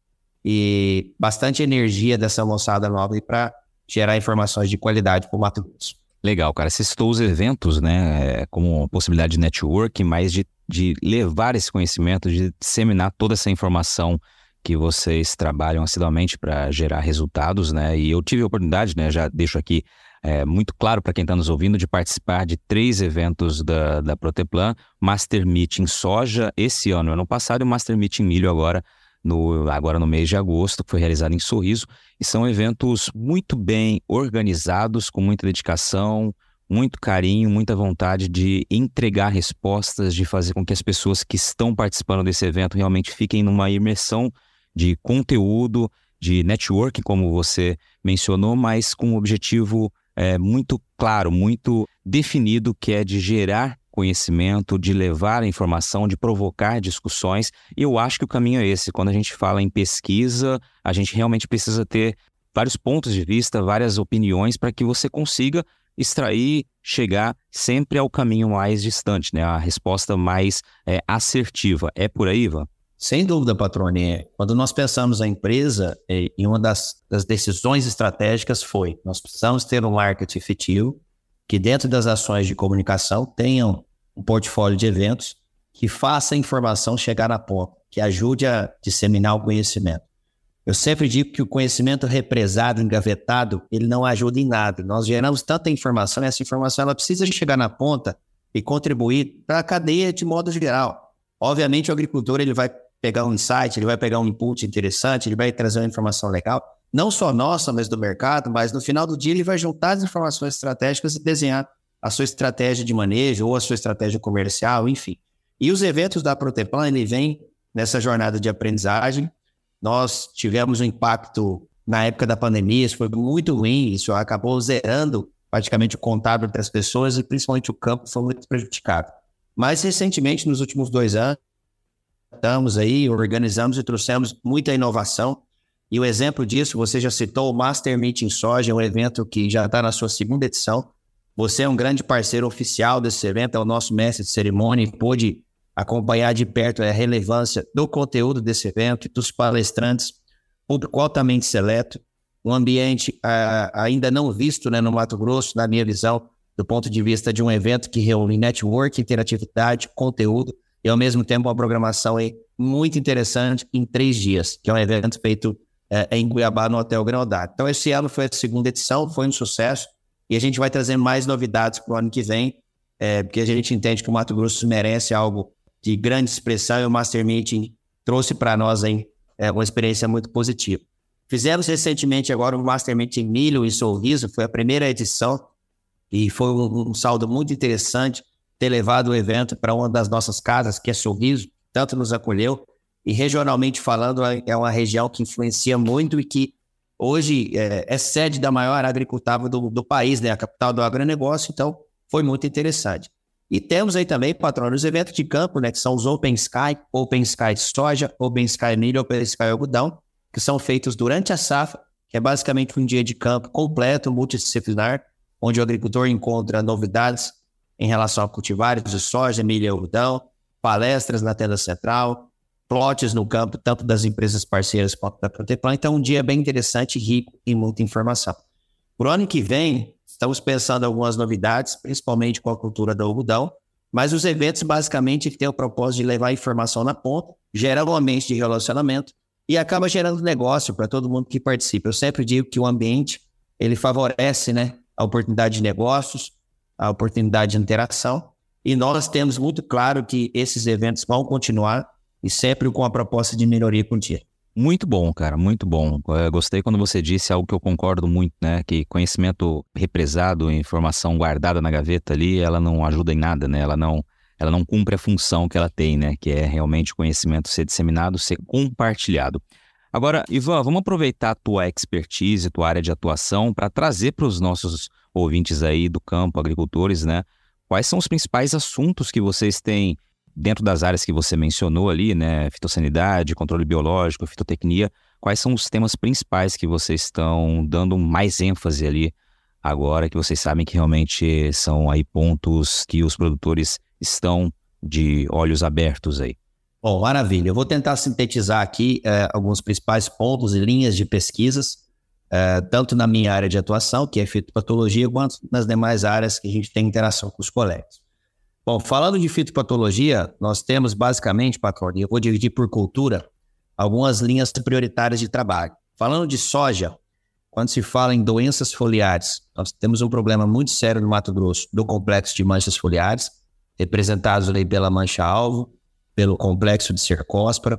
Speaker 2: e bastante energia dessa moçada nova para gerar informações de qualidade para o Mato Grosso.
Speaker 3: Legal, cara. Você citou os eventos, né, como possibilidade de network, mas de, de levar esse conhecimento, de disseminar toda essa informação que vocês trabalham assiduamente para gerar resultados, né? E eu tive a oportunidade, né, já deixo aqui é, muito claro para quem está nos ouvindo, de participar de três eventos da, da Proteplan, Master Meeting Soja esse ano, ano passado, e o Master Meeting Milho agora no, agora no mês de agosto, que foi realizado em Sorriso, e são eventos muito bem organizados, com muita dedicação, muito carinho, muita vontade de entregar respostas, de fazer com que as pessoas que estão participando desse evento realmente fiquem numa imersão de conteúdo, de networking, como você mencionou, mas com um objetivo é, muito claro, muito definido, que é de gerar conhecimento, de levar a informação, de provocar discussões. E eu acho que o caminho é esse. Quando a gente fala em pesquisa, a gente realmente precisa ter vários pontos de vista, várias opiniões, para que você consiga extrair, chegar sempre ao caminho mais distante, né? A resposta mais é, assertiva. É por aí, Ivan?
Speaker 2: Sem dúvida, Patrone. Quando nós pensamos na empresa, e uma das, das decisões estratégicas foi, nós precisamos ter um marketing efetivo, que dentro das ações de comunicação tenham um portfólio de eventos que faça a informação chegar na ponta, que ajude a disseminar o conhecimento. Eu sempre digo que o conhecimento represado, engavetado, ele não ajuda em nada. Nós geramos tanta informação, e essa informação ela precisa chegar na ponta e contribuir para a cadeia de modo geral. Obviamente, o agricultor ele vai pegar um insight, ele vai pegar um input interessante, ele vai trazer uma informação legal, não só nossa, mas do mercado, mas no final do dia ele vai juntar as informações estratégicas e desenhar a sua estratégia de manejo ou a sua estratégia comercial, enfim. E os eventos da Proteplan, ele vem nessa jornada de aprendizagem. Nós tivemos um impacto na época da pandemia, isso foi muito ruim, isso acabou zerando praticamente o contato entre as pessoas e principalmente o campo foi muito prejudicado. Mas recentemente, nos últimos dois anos, estamos aí, organizamos e trouxemos muita inovação. E o exemplo disso, você já citou o Master Meeting Soja, um evento que já está na sua segunda edição. Você é um grande parceiro oficial desse evento, é o nosso mestre de cerimônia e pôde acompanhar de perto a relevância do conteúdo desse evento e dos palestrantes, público altamente seleto, um ambiente uh, ainda não visto, né, no Mato Grosso, na minha visão, do ponto de vista de um evento que reúne network, interatividade, conteúdo e ao mesmo tempo uma programação aí muito interessante em três dias, que é um evento feito uh, em Cuiabá, no Hotel Granodado. Então esse ano foi a segunda edição, foi um sucesso e a gente vai trazer mais novidades para o ano que vem, é, porque a gente entende que o Mato Grosso merece algo de grande expressão e o Master Meeting trouxe para nós aí, é, uma experiência muito positiva. Fizemos recentemente agora o Master Meeting Milho e Sorriso, foi a primeira edição e foi um, um saldo muito interessante ter levado o evento para uma das nossas casas, que é Sorriso, tanto nos acolheu e regionalmente falando é uma região que influencia muito e que hoje é, é sede da maior agricultável do, do país, né? A capital do agronegócio, então foi muito interessante. E temos aí também, patrão, os eventos de campo, né, que são os Open Sky, Open Sky Soja, Open Sky Milho, Open Sky Algodão, que são feitos durante a safra, que é basicamente um dia de campo completo, multidisciplinar, onde o agricultor encontra novidades em relação a cultivares de soja, milho e algodão, palestras na tenda central, plots no campo, tanto das empresas parceiras quanto da Proteplan. Então, um dia bem interessante, rico em muita informação. Para o ano que vem, estamos pensando em algumas novidades, principalmente com a cultura do algodão, mas os eventos basicamente têm o propósito de levar informação na ponta, gerar um ambiente de relacionamento e acaba gerando negócio para todo mundo que participa. Eu sempre digo que o ambiente, ele favorece, né, a oportunidade de negócios, a oportunidade de interação, e nós temos muito claro que esses eventos vão continuar e sempre com a proposta de melhoria contínua.
Speaker 3: Muito bom, cara, muito bom. Eu gostei quando você disse algo que eu concordo muito, né? Que conhecimento represado, informação guardada na gaveta ali, ela não ajuda em nada, né? Ela não, ela não cumpre a função que ela tem, né? Que é realmente o conhecimento ser disseminado, ser compartilhado. Agora, Ivan, vamos aproveitar a tua expertise, tua área de atuação para trazer para os nossos ouvintes aí do campo, agricultores, né? Quais são os principais assuntos que vocês têm dentro das áreas que você mencionou ali, né, fitossanidade, controle biológico, fitotecnia, quais são os temas principais que vocês estão dando mais ênfase ali agora, que vocês sabem que realmente são aí pontos que os produtores estão de olhos abertos aí?
Speaker 2: Bom, maravilha. Eu vou tentar sintetizar aqui eh, alguns principais pontos e linhas de pesquisas, eh, tanto na minha área de atuação, que é fitopatologia, quanto nas demais áreas que a gente tem interação com os colegas. Bom, falando de fitopatologia, nós temos basicamente, patrão, eu vou dividir por cultura, algumas linhas prioritárias de trabalho. Falando de soja, quando se fala em doenças foliares, nós temos um problema muito sério no Mato Grosso, do complexo de manchas foliares, representados ali pela mancha-alvo, pelo complexo de cercóspora,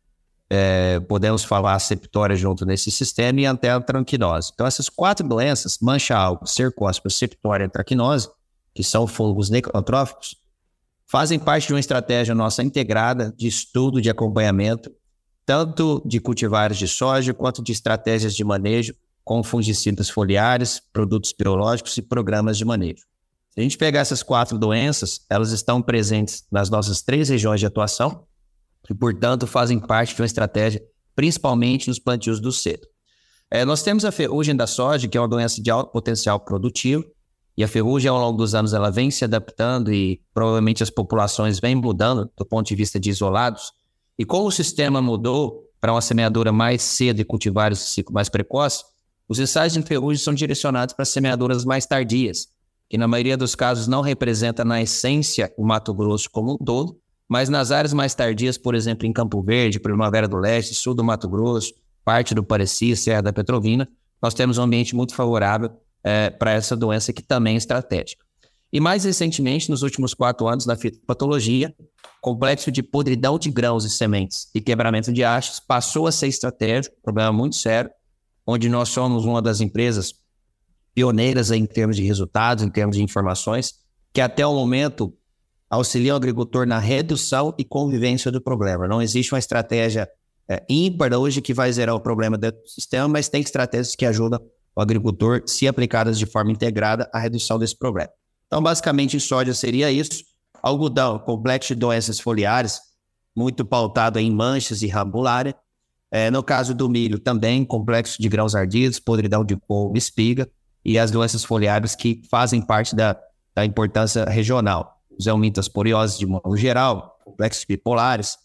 Speaker 2: é, podemos falar septória junto nesse sistema e antera-traquinose. Então, essas quatro doenças, mancha-alvo, cercóspora, septória e traquinose, que são fungos necrotróficos, fazem parte de uma estratégia nossa integrada de estudo, de acompanhamento tanto de cultivares de soja quanto de estratégias de manejo com fungicidas foliares, produtos biológicos e programas de manejo. Se a gente pegar essas quatro doenças, elas estão presentes nas nossas três regiões de atuação e, portanto, fazem parte de uma estratégia, principalmente nos plantios do cedo. É, nós temos a ferrugem da soja, que é uma doença de alto potencial produtivo, e a ferrugem, ao longo dos anos, ela vem se adaptando e provavelmente as populações vêm mudando do ponto de vista de isolados. E como o sistema mudou para uma semeadura mais cedo e cultivares de ciclo mais precoce, os ensaios de ferrugem são direcionados para semeaduras mais tardias, que na maioria dos casos não representa na essência o Mato Grosso como um todo, mas nas áreas mais tardias, por exemplo, em Campo Verde, Primavera do Leste, sul do Mato Grosso, parte do Parecis, Serra da Petrovina, nós temos um ambiente muito favorável é, para essa doença que também é estratégica. E mais recentemente, nos últimos quatro anos, na fitopatologia, complexo de podridão de grãos e sementes e quebramento de hastes passou a ser estratégico, problema muito sério, onde nós somos uma das empresas pioneiras em termos de resultados, em termos de informações, que até o momento auxiliam o agricultor na redução e convivência do problema. Não existe uma estratégia é, ímpar hoje que vai zerar o problema dentro do sistema, mas tem estratégias que ajudam o agricultor, se aplicadas de forma integrada, à redução desse problema. Então, basicamente, em soja seria isso. Algodão, complexo de doenças foliares, muito pautado em manchas e rabulária. É, no caso do milho, também complexo de grãos ardidos, podridão de polvo, espiga, e as doenças foliares que fazem parte da, da importância regional. Os helmintas porioses de modo geral, complexos bipolares,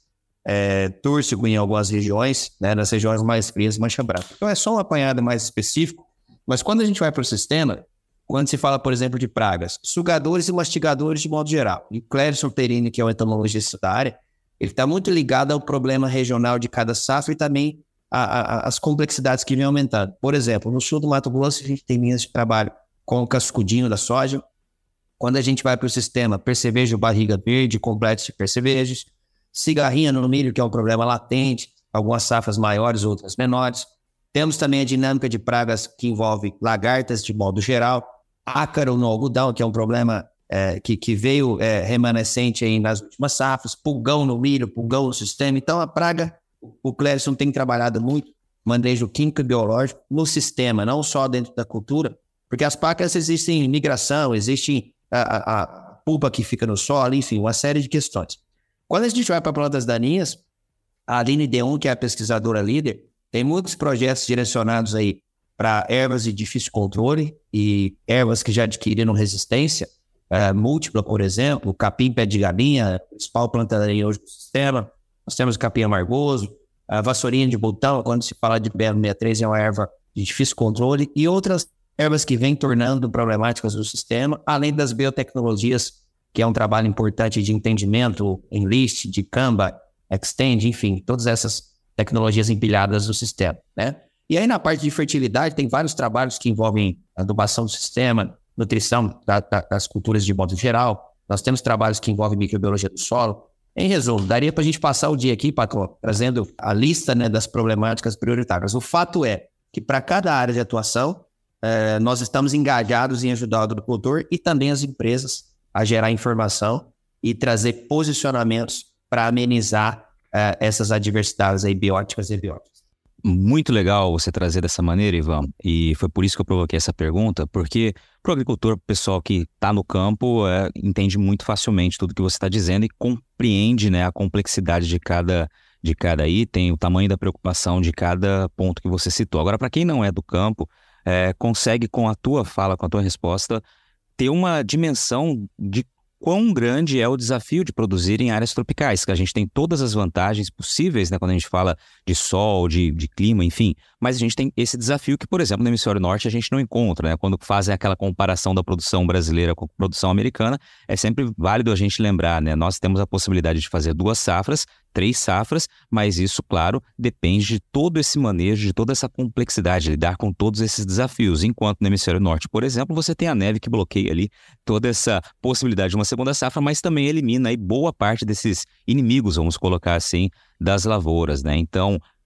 Speaker 2: é, túrcigo em algumas regiões, né, nas regiões mais frias, mancha branca. Então é só um apanhado mais específico, mas quando a gente vai para o sistema, quando se fala, por exemplo, de pragas, sugadores e mastigadores de modo geral, e Clérison Perini, que é o entomologista da área, ele está muito ligado ao problema regional de cada safra e também as complexidades que vêm aumentando. Por exemplo, no sul do Mato Grosso, a gente tem linhas de trabalho com o cascudinho da soja. Quando a gente vai para o sistema, percevejo barriga verde, complexo de percevejos, cigarrinha no milho, que é um problema latente, algumas safras maiores, outras menores. Temos também a dinâmica de pragas que envolve lagartas de modo geral, ácaro no algodão, que é um problema é, que, que veio é, remanescente aí nas últimas safras, pulgão no milho, pulgão no sistema. Então, a praga, o Clérison tem trabalhado muito, manejo químico e biológico no sistema, não só dentro da cultura, porque as pragas existem em migração, existe a, a, a pulpa que fica no solo, enfim, uma série de questões. Quando a gente vai para plantas daninhas, a Aline Deon, que é a pesquisadora líder, tem muitos projetos direcionados aí para ervas de difícil controle e ervas que já adquiriram resistência, uh, múltipla, por exemplo, capim pé de galinha, principal planta daninha hoje do sistema. Nós temos o capim amargoso, a vassourinha de botão, quando se fala de B M sessenta e três, é uma erva de difícil controle, e outras ervas que vêm tornando problemáticas no sistema, além das biotecnologias, que é um trabalho importante de entendimento, enlist, de Canva, Extend, enfim, todas essas tecnologias empilhadas no sistema, né? E aí na parte de fertilidade tem vários trabalhos que envolvem adubação do sistema, nutrição da, da, das culturas de modo geral. Nós temos trabalhos que envolvem microbiologia do solo. Em resumo, daria para a gente passar o dia aqui, Patrão, trazendo a lista, né, das problemáticas prioritárias. O fato é que para cada área de atuação, eh, nós estamos engajados em ajudar o agricultor e também as empresas a gerar informação e trazer posicionamentos para amenizar uh, essas adversidades aí bióticas e bióticas.
Speaker 3: Muito legal você trazer dessa maneira, Ivan, e foi por isso que eu provoquei essa pergunta, porque para o agricultor, o pessoal que está no campo, é, entende muito facilmente tudo que você está dizendo e compreende, né, a complexidade de cada, de cada item, o tamanho da preocupação de cada ponto que você citou. Agora, para quem não é do campo, é, consegue com a tua fala, com a tua resposta, ter uma dimensão de quão grande é o desafio de produzir em áreas tropicais, que a gente tem todas as vantagens possíveis, né, quando a gente fala de sol, de, de clima, enfim, mas a gente tem esse desafio que, por exemplo, no hemisfério norte a gente não encontra, né? Quando fazem aquela comparação da produção brasileira com a produção americana, é sempre válido a gente lembrar, né? Nós temos a possibilidade de fazer duas safras, três safras, mas isso, claro, depende de todo esse manejo, de toda essa complexidade, de lidar com todos esses desafios. Enquanto no hemisfério norte, por exemplo, você tem a neve que bloqueia ali toda essa possibilidade de uma segunda safra, mas também elimina aí boa parte desses inimigos, vamos colocar assim, das lavouras, né? Então,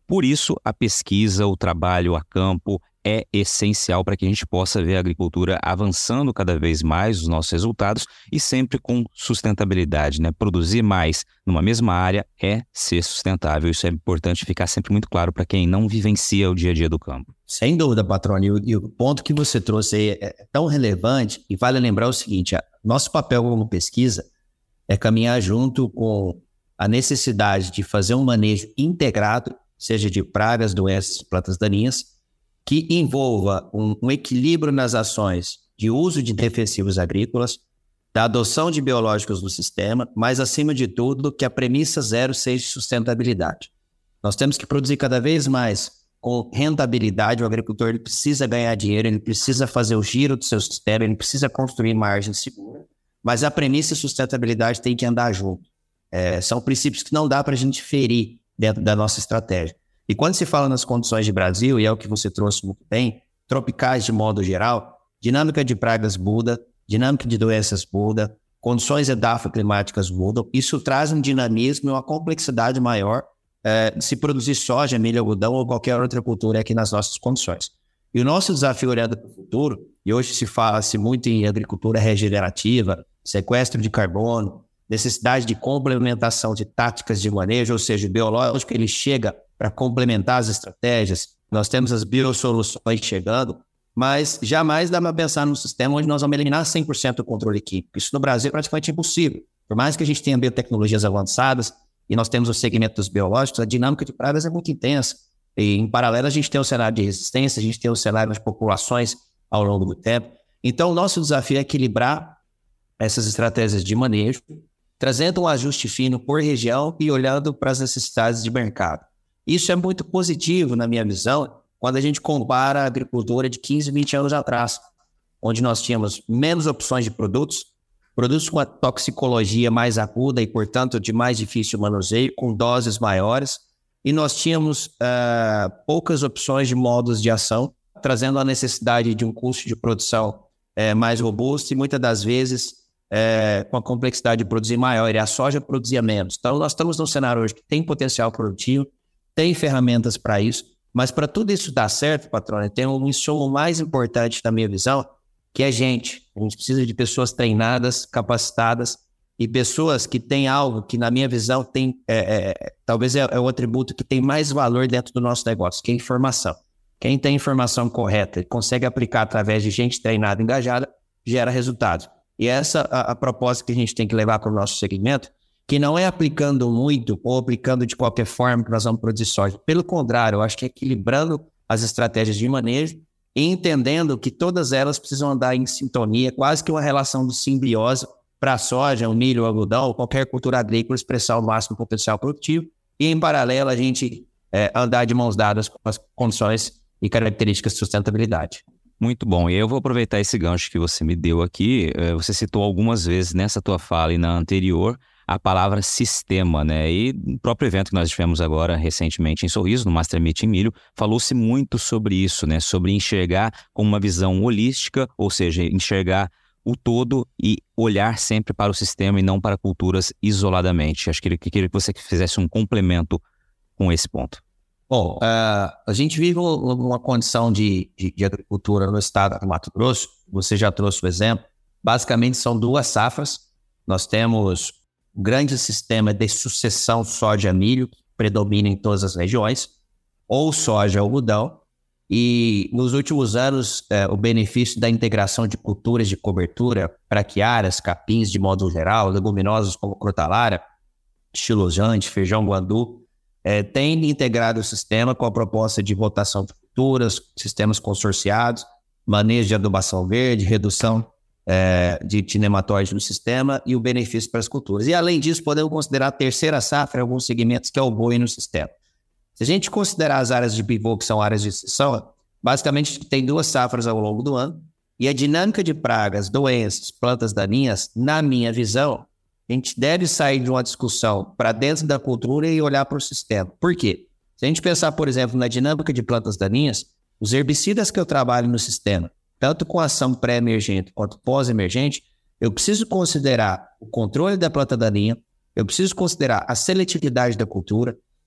Speaker 3: Por isso, a pesquisa, o trabalho a campo é essencial para que a gente possa ver a agricultura avançando cada vez mais os nossos resultados e sempre com sustentabilidade, né? Produzir mais numa mesma área é ser sustentável. Isso é importante ficar sempre muito claro para quem não vivencia o dia a dia do campo.
Speaker 2: Sem dúvida, patrônio. E o, e o ponto que você trouxe aí é tão relevante, e vale lembrar o seguinte: a, nosso papel como pesquisa é caminhar junto com a necessidade de fazer um manejo integrado, seja de pragas, doenças e plantas daninhas, que envolva um, um equilíbrio nas ações de uso de defensivos agrícolas, da adoção de biológicos no sistema, mas, acima de tudo, que a premissa zero seja sustentabilidade. Nós temos que produzir cada vez mais com rentabilidade. O agricultor ele precisa ganhar dinheiro, ele precisa fazer o giro do seu sistema, ele precisa construir margem segura, mas a premissa e sustentabilidade tem que andar junto. É, são princípios que não dá para a gente ferir dentro da nossa estratégia. E quando se fala nas condições de Brasil, e é o que você trouxe muito bem, tropicais de modo geral, dinâmica de pragas muda, dinâmica de doenças muda, condições edafoclimáticas mudam, isso traz um dinamismo e uma complexidade maior é, de se produzir soja, milho, algodão ou qualquer outra cultura aqui nas nossas condições. E o nosso desafio olhando para o futuro, e hoje se fala-se muito em agricultura regenerativa, sequestro de carbono, necessidade de complementação de táticas de manejo, ou seja, o biológico ele chega para complementar as estratégias. Nós temos as biosoluções chegando, mas jamais dá para pensar num sistema onde nós vamos eliminar cem por cento do controle químico. Isso no Brasil é praticamente impossível. Por mais que a gente tenha biotecnologias avançadas e nós temos o segmento dos biológicos, a dinâmica de pragas é muito intensa. E, em paralelo, a gente tem o cenário de resistência, a gente tem o cenário de populações ao longo do tempo. Então, o nosso desafio é equilibrar essas estratégias de manejo, trazendo um ajuste fino por região e olhando para as necessidades de mercado. Isso é muito positivo, na minha visão, quando a gente compara a agricultura de quinze, vinte anos atrás, onde nós tínhamos menos opções de produtos, produtos com a toxicologia mais aguda e, portanto, de mais difícil manuseio, com doses maiores, e nós tínhamos uh, poucas opções de modos de ação, trazendo a necessidade de um custo de produção uh, mais robusto e, muitas das vezes, uh, com a complexidade de produzir maior, e a soja produzia menos. Então, nós estamos num cenário hoje que tem potencial produtivo, tem ferramentas para isso, mas para tudo isso dar certo, patrônio, tem um insumo mais importante na minha visão, que é gente. A gente precisa de pessoas treinadas, capacitadas e pessoas que têm algo que, na minha visão, tem, é, é, talvez é, é o atributo que tem mais valor dentro do nosso negócio, que é informação. Quem tem informação correta e consegue aplicar através de gente treinada e engajada, gera resultados. E essa a, a proposta que a gente tem que levar para o nosso segmento, que não é aplicando muito ou aplicando de qualquer forma que nós vamos produzir soja. Pelo contrário, eu acho que é equilibrando as estratégias de manejo e entendendo que todas elas precisam andar em sintonia, quase que uma relação de simbiose para a soja, o milho, o algodão, ou qualquer cultura agrícola expressar o máximo potencial produtivo e, em paralelo, a gente é, andar de mãos dadas com as condições e características de sustentabilidade.
Speaker 3: Muito bom. E eu vou aproveitar esse gancho que você me deu aqui. Você citou algumas vezes nessa tua fala e na anterior a palavra sistema, né? E no próprio evento que nós tivemos agora recentemente em Sorriso, no Master Meeting Milho, falou-se muito sobre isso, né? Sobre enxergar com uma visão holística, ou seja, enxergar o todo e olhar sempre para o sistema e não para culturas isoladamente. Acho que eu queria que você fizesse um complemento com esse ponto.
Speaker 2: Bom, uh, a gente vive uma condição de, de, de agricultura no estado do Mato Grosso, você já trouxe o exemplo, basicamente são duas safras. Nós temos um grande sistema de sucessão soja-milho, que predomina em todas as regiões, ou soja-algodão, e nos últimos anos é, o benefício da integração de culturas de cobertura, braquiárias, capins de modo geral, leguminosas como crotalária, xilojante, feijão guandu, é, tem integrado o sistema com a proposta de rotação de culturas, sistemas consorciados, manejo de adubação verde, redução É, de, de nematóide no sistema e o benefício para as culturas. E, além disso, podemos considerar a terceira safra em alguns segmentos, que é o boi no sistema. Se a gente considerar as áreas de pivô, que são áreas de exceção, basicamente tem duas safras ao longo do ano, e a dinâmica de pragas, doenças, plantas daninhas, na minha visão, a gente deve sair de uma discussão para dentro da cultura e olhar para o sistema. Por quê? Se a gente pensar, por exemplo, na dinâmica de plantas daninhas, os herbicidas que eu trabalho no sistema, tanto com ação pré-emergente quanto pós-emergente, eu preciso considerar o controle da planta daninha, eu preciso considerar a seletividade da cultura,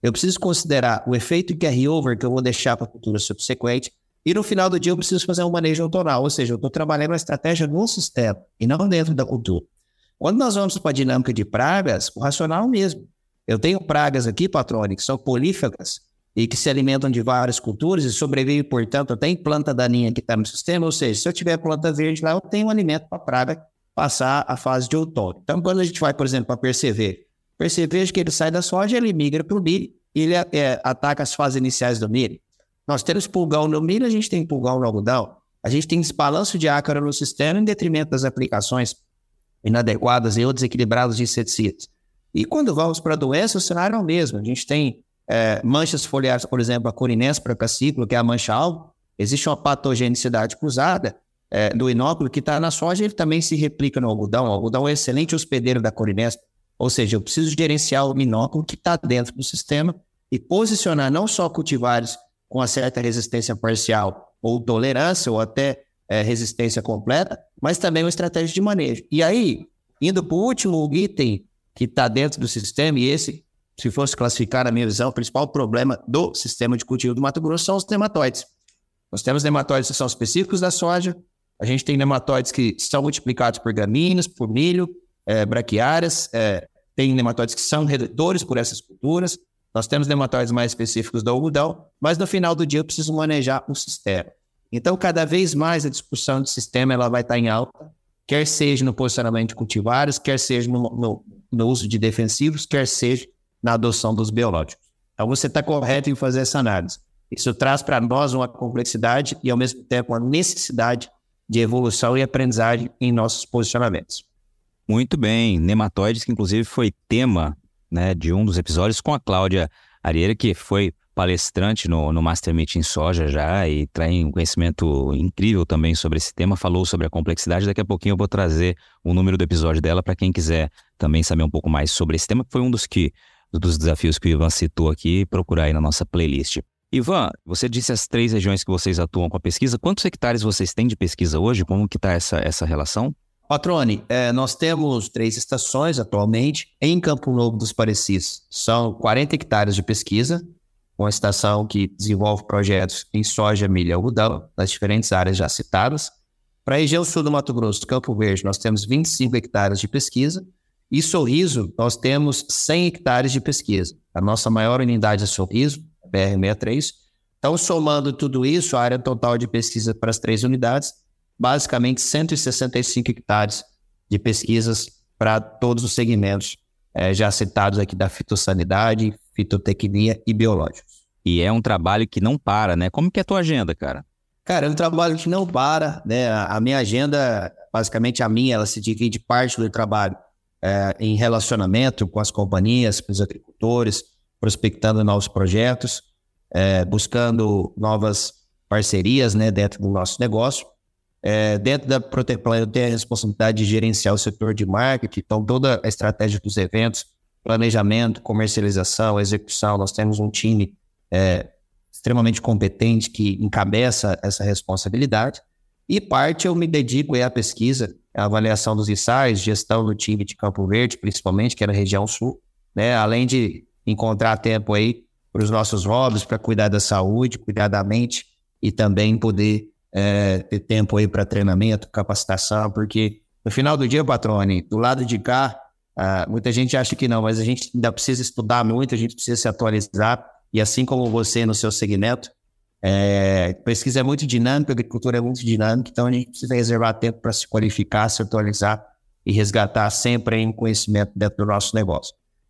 Speaker 2: eu preciso considerar o efeito carry-over que eu vou deixar para a cultura subsequente, e no final do dia eu preciso fazer um manejo autoral, ou seja, eu estou trabalhando uma estratégia no sistema e não dentro da cultura. Quando nós vamos para a dinâmica de pragas, o racional é o mesmo. Eu tenho pragas aqui, Patrone, que são polífagas e que se alimentam de várias culturas e sobrevivem, portanto, até em planta daninha que está no sistema, ou seja, se eu tiver planta verde lá, eu tenho um alimento para a praga passar a fase de outono. Então, quando a gente vai, por exemplo, para percevejo, percevejo que ele sai da soja, ele migra para o milho e ele é, ataca as fases iniciais do milho. Nós temos pulgão no milho, a gente tem pulgão no algodão, a gente tem desbalanço de ácaro no sistema em detrimento das aplicações inadequadas e ou desequilibradas de inseticidas. E quando vamos para a doença, o cenário é o mesmo. A gente tem é, manchas foliares, por exemplo, a Corinéscera cassícula, que é a mancha-alvo. Existe uma patogenicidade cruzada é, do inóculo que está na soja, ele também se replica no algodão. O algodão é um excelente hospedeiro da Corinéscera. Ou seja, eu preciso gerenciar o minóculo que está dentro do sistema e posicionar não só cultivares com uma certa resistência parcial ou tolerância ou até é, resistência completa, mas também uma estratégia de manejo. E aí, indo para o último item que está dentro do sistema, e esse, se fosse classificar na minha visão, o principal problema do sistema de cultivo do Mato Grosso são os nematóides. Nós temos nematóides que são específicos da soja, a gente tem nematóides que são multiplicados por gramíneas, por milho, é, braquiárias, é, tem nematóides que são redutores por essas culturas, nós temos nematóides mais específicos do algodão, mas no final do dia eu preciso manejar o sistema. Então, cada vez mais a discussão de sistema ela vai estar em alta, quer seja no posicionamento de cultivares, quer seja no, no, no uso de defensivos, quer seja na adoção dos biológicos. Então, você está correto em fazer essa análise. Isso traz para nós uma complexidade e, ao mesmo tempo, uma necessidade de evolução e aprendizagem em nossos posicionamentos.
Speaker 3: Muito bem. Nematóides, que inclusive foi tema, né, de um dos episódios com a Cláudia Arieira, que foi palestrante no, no Master Meeting Soja já e traz um conhecimento incrível também sobre esse tema, falou sobre a complexidade. Daqui a pouquinho eu vou trazer o número do episódio dela para quem quiser também saber um pouco mais sobre esse tema, que foi um dos, que, dos desafios que o Ivan citou aqui, procurar aí na nossa playlist. Ivan, você disse as três regiões que vocês atuam com a pesquisa. Quantos hectares vocês têm de pesquisa hoje? Como que está essa, essa relação?
Speaker 2: Patrone, é, nós temos três estações atualmente em Campo Novo dos Parecis. São quarenta hectares de pesquisa, uma estação que desenvolve projetos em soja, milho e algodão, nas diferentes áreas já citadas. Para a região sul do Mato Grosso, Campo Verde, nós temos vinte e cinco hectares de pesquisa. E Sorriso, nós temos cem hectares de pesquisa. A nossa maior unidade é Sorriso, a B R sessenta e três. Então, somando tudo isso, a área total de pesquisa para as três unidades, basicamente cento e sessenta e cinco hectares de pesquisas para todos os segmentos é, já citados aqui da fitossanidade, fitotecnia e biológicos.
Speaker 3: E é um trabalho que não para, né? Como que é a tua agenda, cara?
Speaker 2: Cara, é um trabalho que não para, né? A minha agenda, basicamente a minha, ela se divide parte do trabalho é, em relacionamento com as companhias, com os agricultores, prospectando novos projetos, é, buscando novas parcerias, né, dentro do nosso negócio. É, dentro da Proteplan, eu tenho a responsabilidade de gerenciar o setor de marketing, então toda a estratégia dos eventos, planejamento, comercialização, execução, nós temos um time é, extremamente competente que encabeça essa responsabilidade. E parte eu me dedico à pesquisa, à avaliação dos ensaios, gestão do time de Campo Verde, principalmente, que é na região sul, né? Além de encontrar tempo aí para os nossos hobbies, para cuidar da saúde, cuidar da mente e também poder É, ter tempo aí para treinamento, capacitação, porque no final do dia, Patrone, do lado de cá, uh, muita gente acha que não, mas a gente ainda precisa estudar muito, a gente precisa se atualizar, e assim como você no seu segmento, é, pesquisa é muito dinâmica, agricultura é muito dinâmica, então a gente precisa reservar tempo para se qualificar, se atualizar e resgatar sempre um conhecimento dentro do nosso negócio.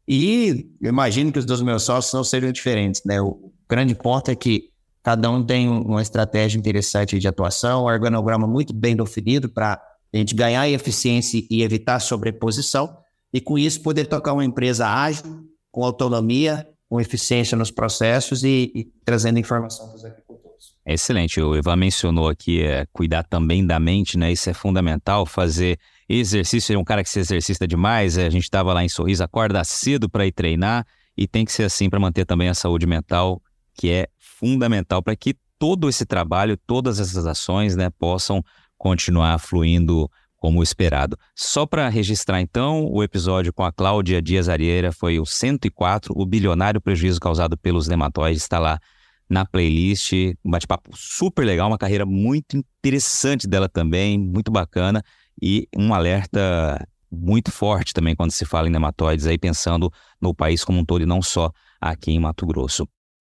Speaker 2: E eu imagino que os dos meus sócios não sejam diferentes, né? O grande ponto é que cada um tem uma estratégia interessante de atuação, um organograma muito bem definido para a gente ganhar eficiência e evitar sobreposição, e com isso poder tocar uma empresa ágil, com autonomia, com eficiência nos processos e, e trazendo informação para os agricultores.
Speaker 3: Excelente. O Ivan mencionou aqui é, cuidar também da mente, né? Isso é fundamental, fazer exercício. Ele é um cara que se exercita demais, a gente estava lá em Sorriso, acorda cedo para ir treinar, e tem que ser assim para manter também a saúde mental, que é fundamental para que todo esse trabalho, todas essas ações, né, possam continuar fluindo como esperado. Só para registrar, então, o episódio com a Cláudia Dias Arieira foi o cento e quatro, o bilionário prejuízo causado pelos nematóides, está lá na playlist, um bate-papo super legal, uma carreira muito interessante dela também, muito bacana, e um alerta muito forte também quando se fala em nematóides, aí pensando no país como um todo e não só aqui em Mato Grosso.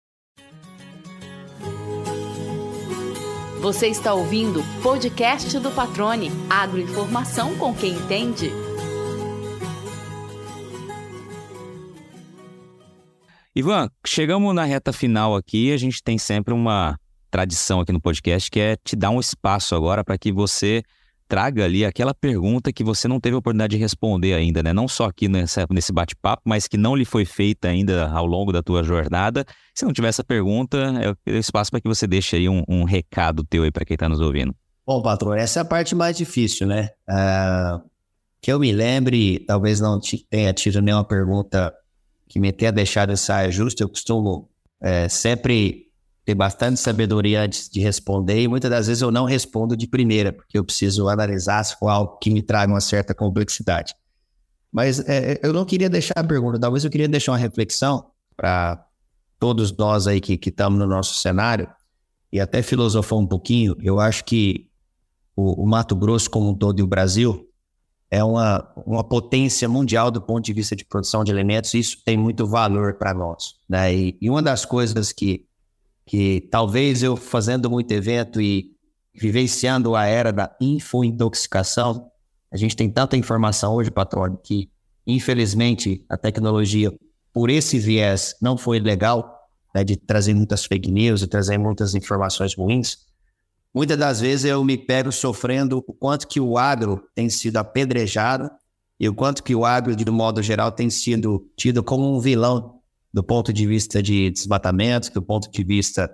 Speaker 4: Você está ouvindo o podcast do Patrone, agroinformação com quem entende.
Speaker 3: Ivan, chegamos na reta final aqui, a gente tem sempre uma tradição aqui no podcast que é te dar um espaço agora para que você traga ali aquela pergunta que você não teve a oportunidade de responder ainda, né? Não só aqui nessa, nesse bate-papo, mas que não lhe foi feita ainda ao longo da tua jornada. Se não tiver essa pergunta, é o espaço para que você deixe aí um, um recado teu aí para quem está nos ouvindo.
Speaker 2: Bom, patrão, essa é a parte mais difícil, né? Uh, que eu me lembre, talvez não tenha tido nenhuma pergunta que me tenha deixado em saia justa. Eu costumo é, sempre ter bastante sabedoria antes de responder, e muitas das vezes eu não respondo de primeira, porque eu preciso analisar se for algo que me traga uma certa complexidade. Mas é, eu não queria deixar a pergunta, talvez eu queria deixar uma reflexão para todos nós aí que estamos no nosso cenário, e até filosofar um pouquinho. Eu acho que o, o Mato Grosso como um todo e o Brasil é uma, uma potência mundial do ponto de vista de produção de alimentos, e isso tem muito valor para nós, né? E, e uma das coisas que que talvez eu fazendo muito evento e vivenciando a era da infointoxicação, a gente tem tanta informação hoje, patrão, que infelizmente a tecnologia, por esse viés, não foi legal, né, de trazer muitas fake news, de trazer muitas informações ruins. Muitas das vezes eu me pego sofrendo o quanto que o agro tem sido apedrejado e o quanto que o agro, de modo geral, tem sido tido como um vilão do ponto de vista de desmatamento, do ponto de vista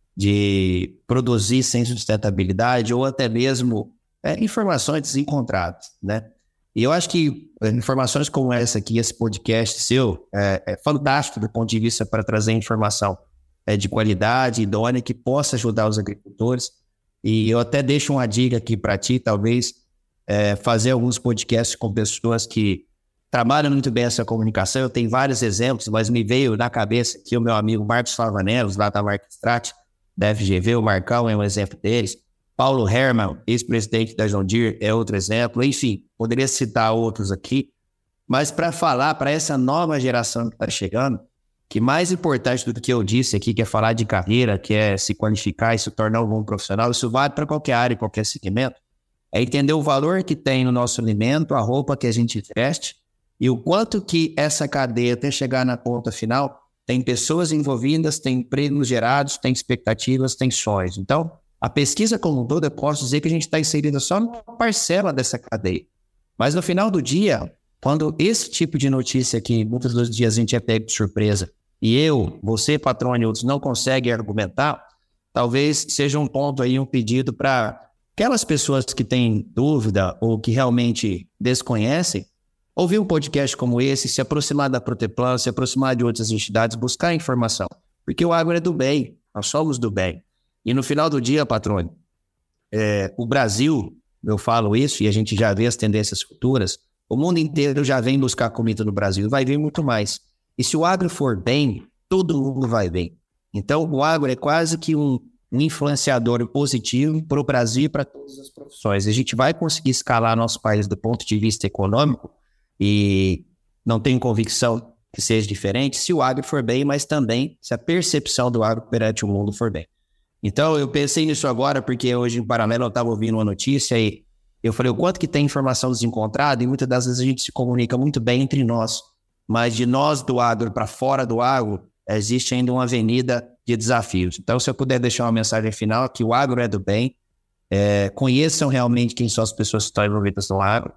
Speaker 2: de produzir sem sustentabilidade ou até mesmo é, informações desencontradas, né? E eu acho que é, informações como essa aqui, esse podcast seu, é, é fantástico do ponto de vista para trazer informação é, de qualidade, idônea, que possa ajudar os agricultores. E eu até deixo uma dica aqui para ti, talvez, é, fazer alguns podcasts com pessoas que trabalham muito bem essa comunicação. Eu tenho vários exemplos, mas me veio na cabeça aqui o meu amigo Marcos Favanelos, lá da Marca Strat, da F G V, o Marcão é um exemplo deles. Paulo Hermann, ex-presidente da John Deere, é outro exemplo. Enfim, poderia citar outros aqui, mas para falar para essa nova geração que está chegando, que mais importante do que eu disse aqui, que é falar de carreira, que é se qualificar e se tornar um bom profissional, isso vale para qualquer área, qualquer segmento, é entender o valor que tem no nosso alimento, a roupa que a gente veste, e o quanto que essa cadeia, até chegar na ponta final, tem pessoas envolvidas, tem empregos gerados, tem expectativas, tem sonhos. Então, a pesquisa como um todo, eu posso dizer que a gente está inserido só numa parcela dessa cadeia. Mas no final do dia, quando esse tipo de notícia que muitos dos dias a gente é pego de surpresa, e eu, você, patrão e outros, não conseguem argumentar, talvez seja um ponto aí, um pedido para aquelas pessoas que têm dúvida ou que realmente desconhecem, ouvir um podcast como esse, se aproximar da Proteplan, se aproximar de outras entidades, buscar informação. Porque o agro é do bem, nós somos do bem. E no final do dia, patrônio, é, o Brasil, eu falo isso e a gente já vê as tendências futuras, o mundo inteiro já vem buscar comida no Brasil e vai vir muito mais. E se o agro for bem, todo mundo vai bem. Então o agro é quase que um, um influenciador positivo para o Brasil e para todas as profissões. A gente vai conseguir escalar nosso país do ponto de vista econômico, e não tenho convicção que seja diferente se o agro for bem, mas também se a percepção do agro perante o mundo for bem. Então eu pensei nisso agora porque hoje em paralelo eu estava ouvindo uma notícia e eu falei o quanto que tem informação desencontrada, e muitas das vezes a gente se comunica muito bem entre nós, mas de nós do agro para fora do agro existe ainda uma avenida de desafios. Então se eu puder deixar uma mensagem final, que o agro é do bem, é, conheçam realmente quem são as pessoas que estão envolvidas no agro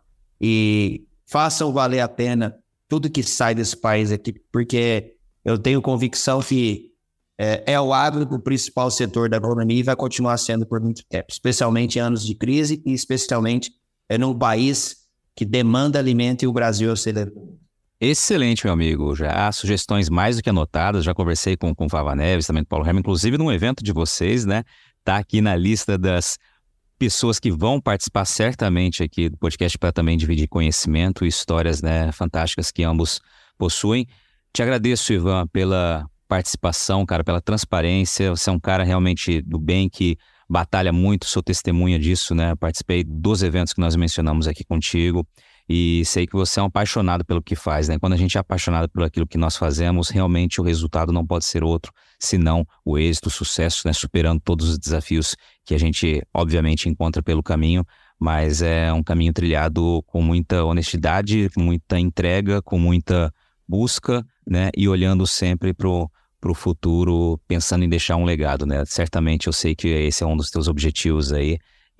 Speaker 2: e façam valer a pena tudo que sai desse país aqui, porque eu tenho convicção que é, é o agro o principal setor da economia e vai continuar sendo por muito tempo, especialmente em anos de crise e especialmente é, num país que demanda alimento, e o Brasil é o celeiro.
Speaker 3: Excelente, meu amigo. Já há sugestões mais do que anotadas, já conversei com, com o Fava Neves, também com o Paulo Hermann, inclusive num evento de vocês, né? Tá aqui na lista das pessoas que vão participar certamente aqui do podcast para também dividir conhecimento e histórias, né, fantásticas que ambos possuem. Te agradeço, Ivan, pela participação, cara, pela transparência. Você é um cara realmente do bem que batalha muito, sou testemunha disso, né? Participei dos eventos que nós mencionamos aqui contigo e sei que você é um apaixonado pelo que faz, né? Quando a gente é apaixonado por aquilo que nós fazemos, realmente o resultado não pode ser outro, senão o êxito, o sucesso, né? Superando todos os desafios que a gente, obviamente, encontra pelo caminho, mas é um caminho trilhado com muita honestidade, com muita entrega, com muita busca, né? E olhando sempre pro para o futuro, pensando em deixar um legado, né? Certamente eu sei que esse é um dos teus objetivos aí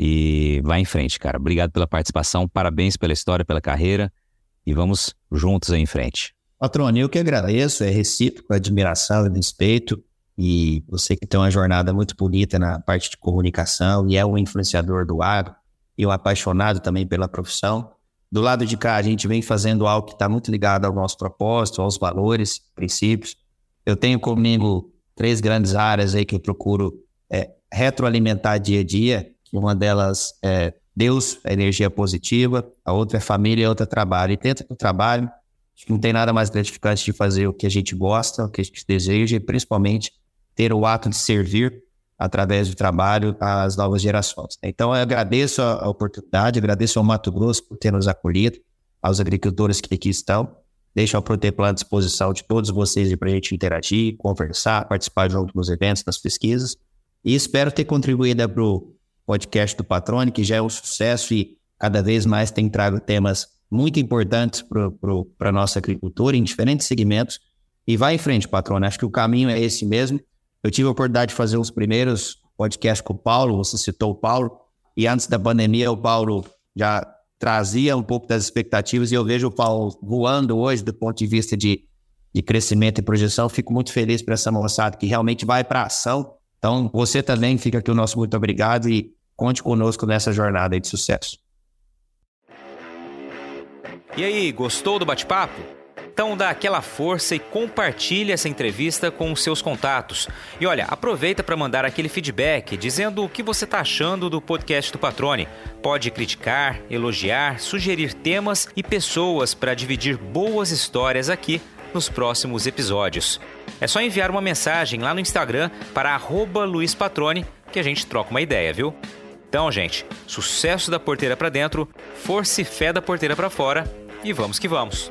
Speaker 3: e vai em frente, cara. Obrigado pela participação, parabéns pela história, pela carreira e vamos juntos aí em frente.
Speaker 2: Patrone, eu que agradeço, é recíproco, admiração e respeito, e você que tem uma jornada muito bonita na parte de comunicação e é um influenciador do agro e um apaixonado também pela profissão. Do lado de cá, a gente vem fazendo algo que está muito ligado ao nosso propósito, aos valores, princípios. Eu tenho comigo três grandes áreas aí que eu procuro é, retroalimentar dia a dia. Uma delas é Deus, a energia positiva. A outra é família e a outra é trabalho. E dentro do trabalho, acho que não tem nada mais gratificante de fazer o que a gente gosta, o que a gente deseja e principalmente ter o ato de servir através do trabalho às novas gerações. Então eu agradeço a, a oportunidade, agradeço ao Mato Grosso por ter nos acolhido, aos agricultores que aqui estão. Deixo a Proteplan à disposição de todos vocês para a gente interagir, conversar, participar junto nos eventos, nas pesquisas. E espero ter contribuído para o podcast do Patrone, que já é um sucesso e cada vez mais tem trago temas muito importantes para a nossa agricultura em diferentes segmentos. E vai em frente, Patrone. Acho que o caminho é esse mesmo. Eu tive a oportunidade de fazer os primeiros podcasts com o Paulo, você citou o Paulo, e antes da pandemia o Paulo já trazia um pouco das expectativas e eu vejo o Paulo voando hoje do ponto de vista de, de crescimento e projeção. Fico muito feliz por essa moçada que realmente vai para a ação. Então, você também, fica aqui o nosso muito obrigado e conte conosco nessa jornada aí de sucesso.
Speaker 1: E aí, gostou do bate-papo? Então dá aquela força e compartilha essa entrevista com os seus contatos. E olha, aproveita para mandar aquele feedback dizendo o que você está achando do podcast do Patrone. Pode criticar, elogiar, sugerir temas e pessoas para dividir boas histórias aqui nos próximos episódios. É só enviar uma mensagem lá no Instagram para arroba Luiz Patrone que a gente troca uma ideia, viu? Então, gente, sucesso da porteira para dentro, força e fé da porteira para fora e vamos que vamos!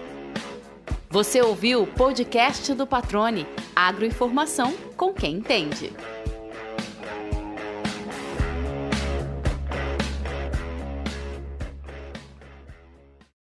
Speaker 4: Você ouviu o podcast do Patrone, agroinformação com quem entende.